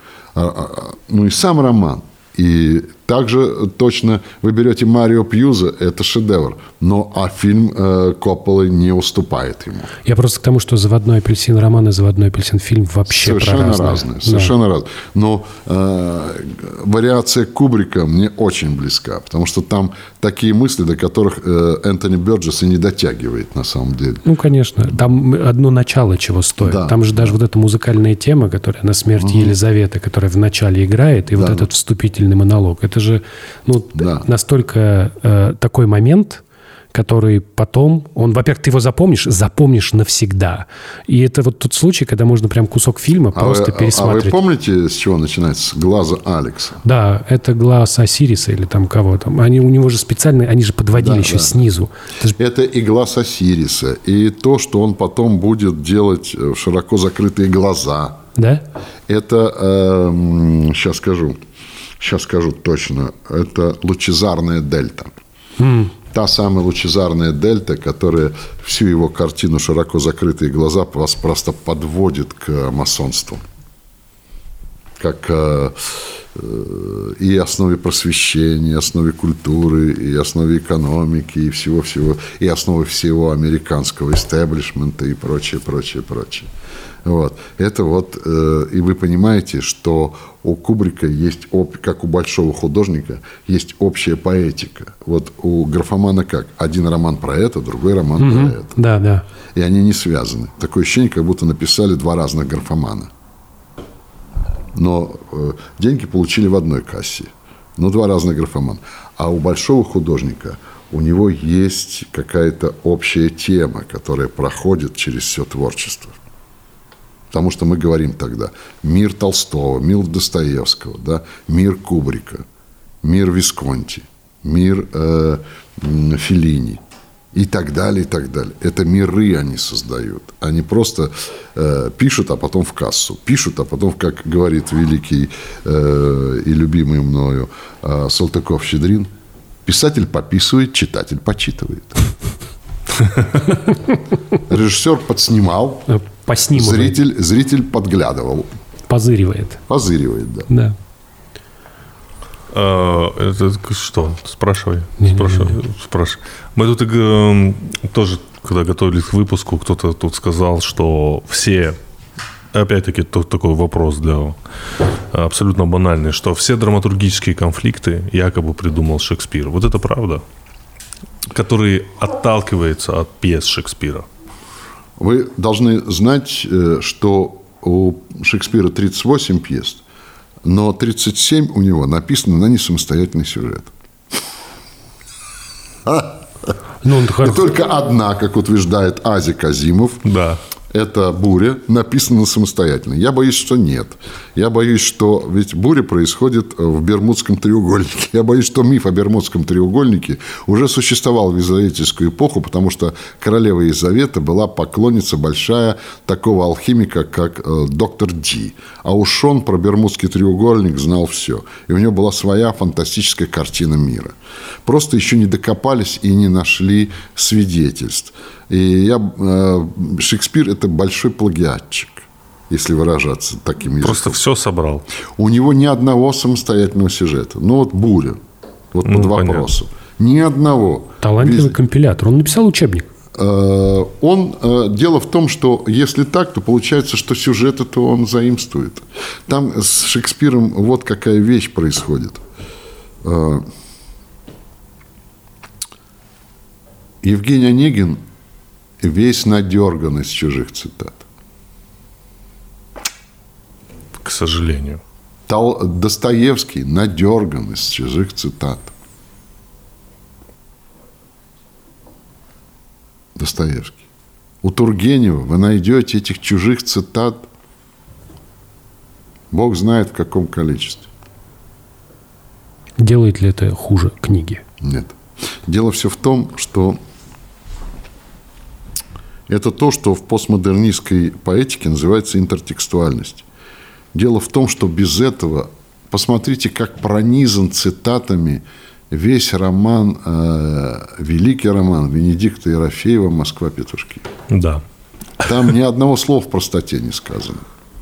Ну, и сам роман. И также точно вы берете Марио Пьюза, это шедевр. Но а фильм э, Копполы не уступает ему. Я просто к тому, что «Заводной апельсин» роман и «Заводной апельсин» фильм вообще совершенно разные. разные. Совершенно да. разные. Но э, вариация Кубрика мне очень близка, потому что там такие мысли, до которых э, Энтони Бёрджесс и не дотягивает на самом деле. Ну, конечно. Там одно начало чего стоит. Да. Там же даже вот эта музыкальная тема, которая на смерть угу. Елизаветы, которая в начале играет, и да. вот этот вступительный монолог. Это же ну, да. настолько э, такой момент, который потом, он, во-первых, ты его запомнишь, запомнишь навсегда. И это вот тот случай, когда можно прям кусок фильма а просто вы, пересматривать. А вы помните, с чего начинается? С глаза Алекса. Да, это глаз Осириса или там кого там. Они у него же специальные, они же подводили да, еще да. снизу. Это, же... это и глаз Осириса, и то, что он потом будет делать в широко закрытые глаза. Да? Это, э, сейчас скажу, сейчас скажу точно, это лучезарная дельта. Mm. та самая лучезарная дельта, которая всю его картину «Широко закрытые глаза» вас просто подводит к масонству. Как э, э, и основе просвещения, и основе культуры, и основе экономики, и всего-всего, и основе всего американского истеблишмента и прочее, прочее, прочее. Вот. Это вот, э, и вы понимаете, что у Кубрика есть, об, как у большого художника, есть общая поэтика. Вот у графомана как? Один роман про это, другой роман угу. про это. Да, да. И они не связаны. Такое ощущение, как будто написали два разных графомана. Но э, деньги получили в одной кассе. Но два разных графомана. А у большого художника у него есть какая-то общая тема, которая проходит через все творчество. Потому что мы говорим тогда мир Толстого, мир Достоевского, да, мир Кубрика, мир Висконти, мир э, Феллини. И так далее, и так далее. Это миры они создают. Они просто э, пишут, а потом в кассу. Пишут, а потом, как говорит великий э, и любимый мною э, Салтыков-Щедрин, писатель пописывает, читатель почитывает. Режиссер подснимал, зритель, зритель подглядывал. Позыривает. Позыривает, да. Да. Это что? Спрашивай. Не, спрашивай, не, не. спрашивай. Мы тут э, тоже, когда готовились к выпуску, кто-то тут сказал, что все, опять-таки, тут такой вопрос для абсолютно банальный, что все драматургические конфликты якобы придумал Шекспир. Вот это правда? Который отталкивается от пьес Шекспира. Вы должны знать, что у Шекспира тридцать восемь пьес, но тридцать семь у него написано на несамостоятельный сюжет. Ну, он... И только одна, как утверждает Ази Казимов, да. это «Буря» написана самостоятельно. Я боюсь, что нет. Я боюсь, что... Ведь «Буря» происходит в Бермудском треугольнике. Я боюсь, что миф о Бермудском треугольнике уже существовал в Елизаветскую эпоху, потому что королева Елизавета была поклонница большая такого алхимика, как э, доктор Ди. А уж он про Бермудский треугольник знал все. И у него была своя фантастическая картина мира. Просто еще не докопались и не нашли свидетельств. И я, э, Шекспир – это большой плагиатчик, если выражаться таким языком. Просто все собрал. У него ни одного самостоятельного сюжета. Ну, вот «Буря», вот ну, под вопросом. Ни одного. Талантливый Без... компилятор. Он написал учебник. Э, он, э, дело в том, что если так, то получается, что сюжет-то он заимствует. Там с Шекспиром вот какая вещь происходит. Э, Евгений Онегин весь надерган из чужих цитат. К сожалению. Тол- Достоевский надерган из чужих цитат. Достоевский. У Тургенева вы найдете этих чужих цитат, Бог знает в каком количестве. Делает ли это хуже книги? Нет. Дело все в том, что это то, что в постмодернистской поэтике называется интертекстуальность. Дело в том, что без этого, посмотрите, как пронизан цитатами весь роман, э, великий роман Венедикта Ерофеева «Москва-петушки». Да. Там ни одного слова в простоте не сказано.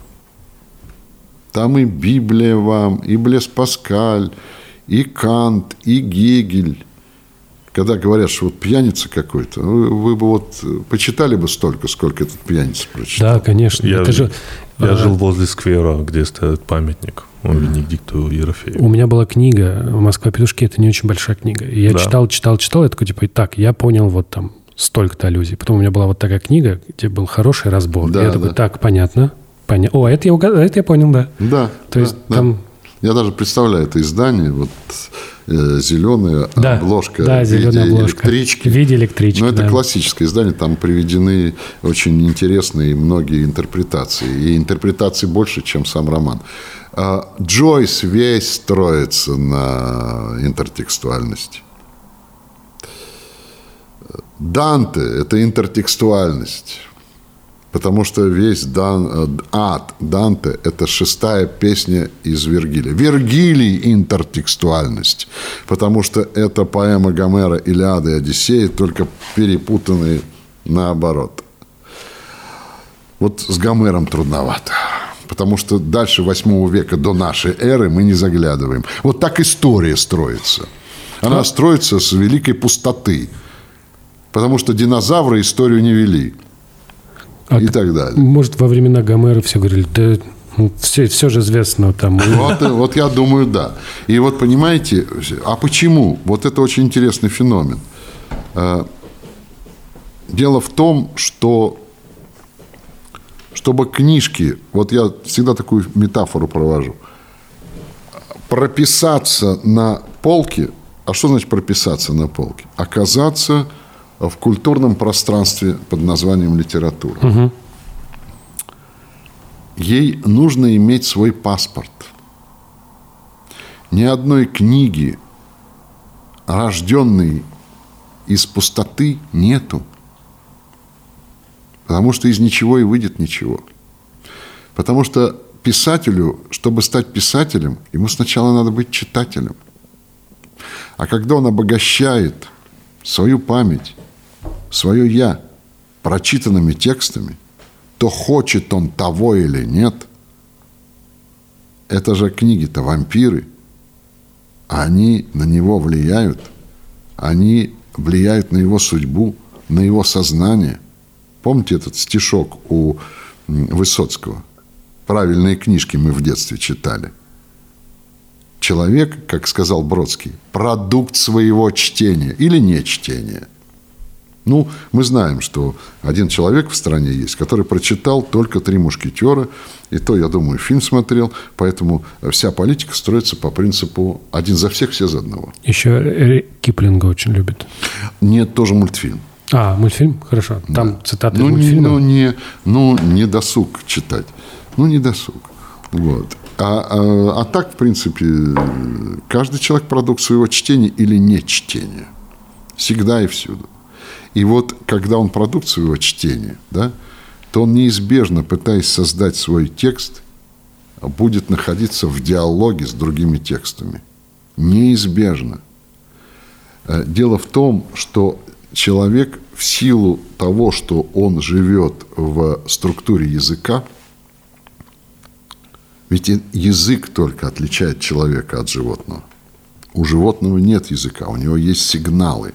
Там и Библия вам, и Блес Паскаль, и Кант, и Гегель. Когда говорят, что вот пьяница какой-то, вы, вы бы вот почитали бы столько, сколько этот пьяница прочитал. Да, конечно. Я, это же... я а... жил возле сквера, где стоит памятник Венедикту Ерофееву. У меня была книга «Москва-петушки». Это не очень большая книга. И я да. читал, читал, читал. Я такой, типа, так, я понял вот там столько-то аллюзий. Потом у меня была вот такая книга, где был хороший разбор. Да, я такой, да. так, понятно. Поня... О, это я, угад... это я понял, да. Да. То есть да, там... да. Я даже представляю это издание, вот э, зеленая да, обложка да, в виде зеленая обложка. электрички. В виде электрички, Но это да. классическое издание, там приведены очень интересные многие интерпретации. И интерпретаций больше, чем сам роман. А Джойс весь строится на интертекстуальности. Данте – это интертекстуальность. Потому что весь Дан, ад Данте – это шестая песня из Вергилия. Вергилий – интертекстуальность. Потому что это поэма Гомера «Илиада» и «Одиссея», только перепутанные наоборот. Вот с Гомером трудновато. Потому что дальше восьмого века до нашей эры мы не заглядываем. Вот так история строится. Она а? строится с великой пустоты. Потому что динозавры историю не вели. А и так далее. Может, во времена Гомера все говорили, да все, все же известно там. Вот, вот я думаю, да. И вот понимаете, а почему? Вот это очень интересный феномен. Дело в том, что чтобы книжки, вот я всегда такую метафору провожу, прописаться на полке, а что значит прописаться на полке? Оказаться в культурном пространстве под названием литература. Угу. Ей нужно иметь свой паспорт. Ни одной книги, рожденной из пустоты, нету. Потому что из ничего и выйдет ничего. Потому что писателю, чтобы стать писателем, ему сначала надо быть читателем. А когда он обогащает свою память, свое «я» прочитанными текстами, то хочет он того или нет, это же книги-то вампиры, они на него влияют, они влияют на его судьбу, на его сознание. Помните этот стишок у Высоцкого? Правильные книжки мы в детстве читали. Человек, как сказал Бродский, продукт своего чтения или нечтения. Ну, мы знаем, что один человек в стране есть, который прочитал только «Три мушкетера», и то, я думаю, фильм смотрел, поэтому вся политика строится по принципу «один за всех, все за одного». Еще Киплинга очень любит. Нет, тоже мультфильм. А, мультфильм? Хорошо. Там да. цитаты ну, из мультфильма? Ну не, ну, не досуг читать. Ну, не досуг. Вот. А, а, а так, в принципе, каждый человек продукт своего чтения или нечтения. Всегда и всюду. И вот, когда он продукт своего чтения, да, то он неизбежно, пытаясь создать свой текст, будет находиться в диалоге с другими текстами. Неизбежно. Дело в том, что человек в силу того, что он живет в структуре языка, ведь язык только отличает человека от животного. У животного нет языка, у него есть сигналы.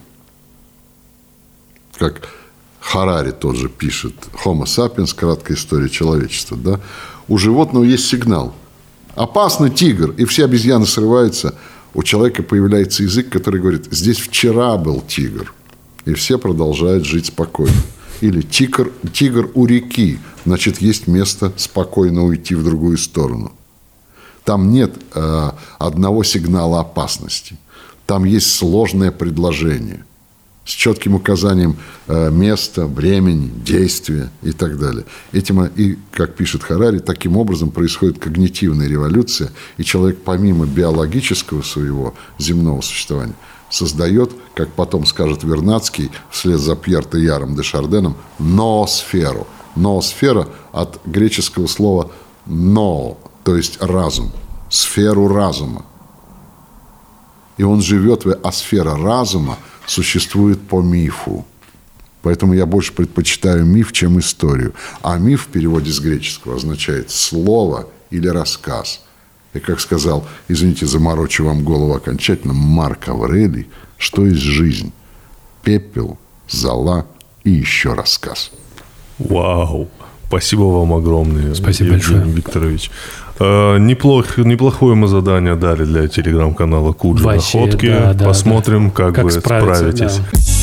Как Харари тот же пишет, Homo sapiens, краткая история человечества. Да? У животного есть сигнал. Опасный тигр, и все обезьяны срываются. У человека появляется язык, который говорит, здесь вчера был тигр. И все продолжают жить спокойно. Или тигр, тигр у реки, значит, есть место спокойно уйти в другую сторону. Там нет э, одного сигнала опасности. Там есть сложное предложение с четким указанием э, места, времени, действия и так далее. Этим, и, как пишет Харари, таким образом происходит когнитивная революция, и человек помимо биологического своего земного существования создает, как потом скажет Вернадский, вслед за Пьер Тейлором де Шарденом, ноосферу. Ноосфера от греческого слова «но», то есть разум, сферу разума. И он живет, а сфера разума существует по мифу. Поэтому я больше предпочитаю миф, чем историю. А миф в переводе с греческого означает слово или рассказ. И, как сказал, извините, заморочу вам голову окончательно, Марк Аврелий, что есть жизнь? Пепел, зола и еще рассказ. Вау! Спасибо вам огромное, Спасибо Евгений большое. Викторович. Э, неплох, неплохое мы задание дали для телеграм-канала Куджи Вообще, Находки. да, да, Посмотрим, да. как, как вы справитесь. Да.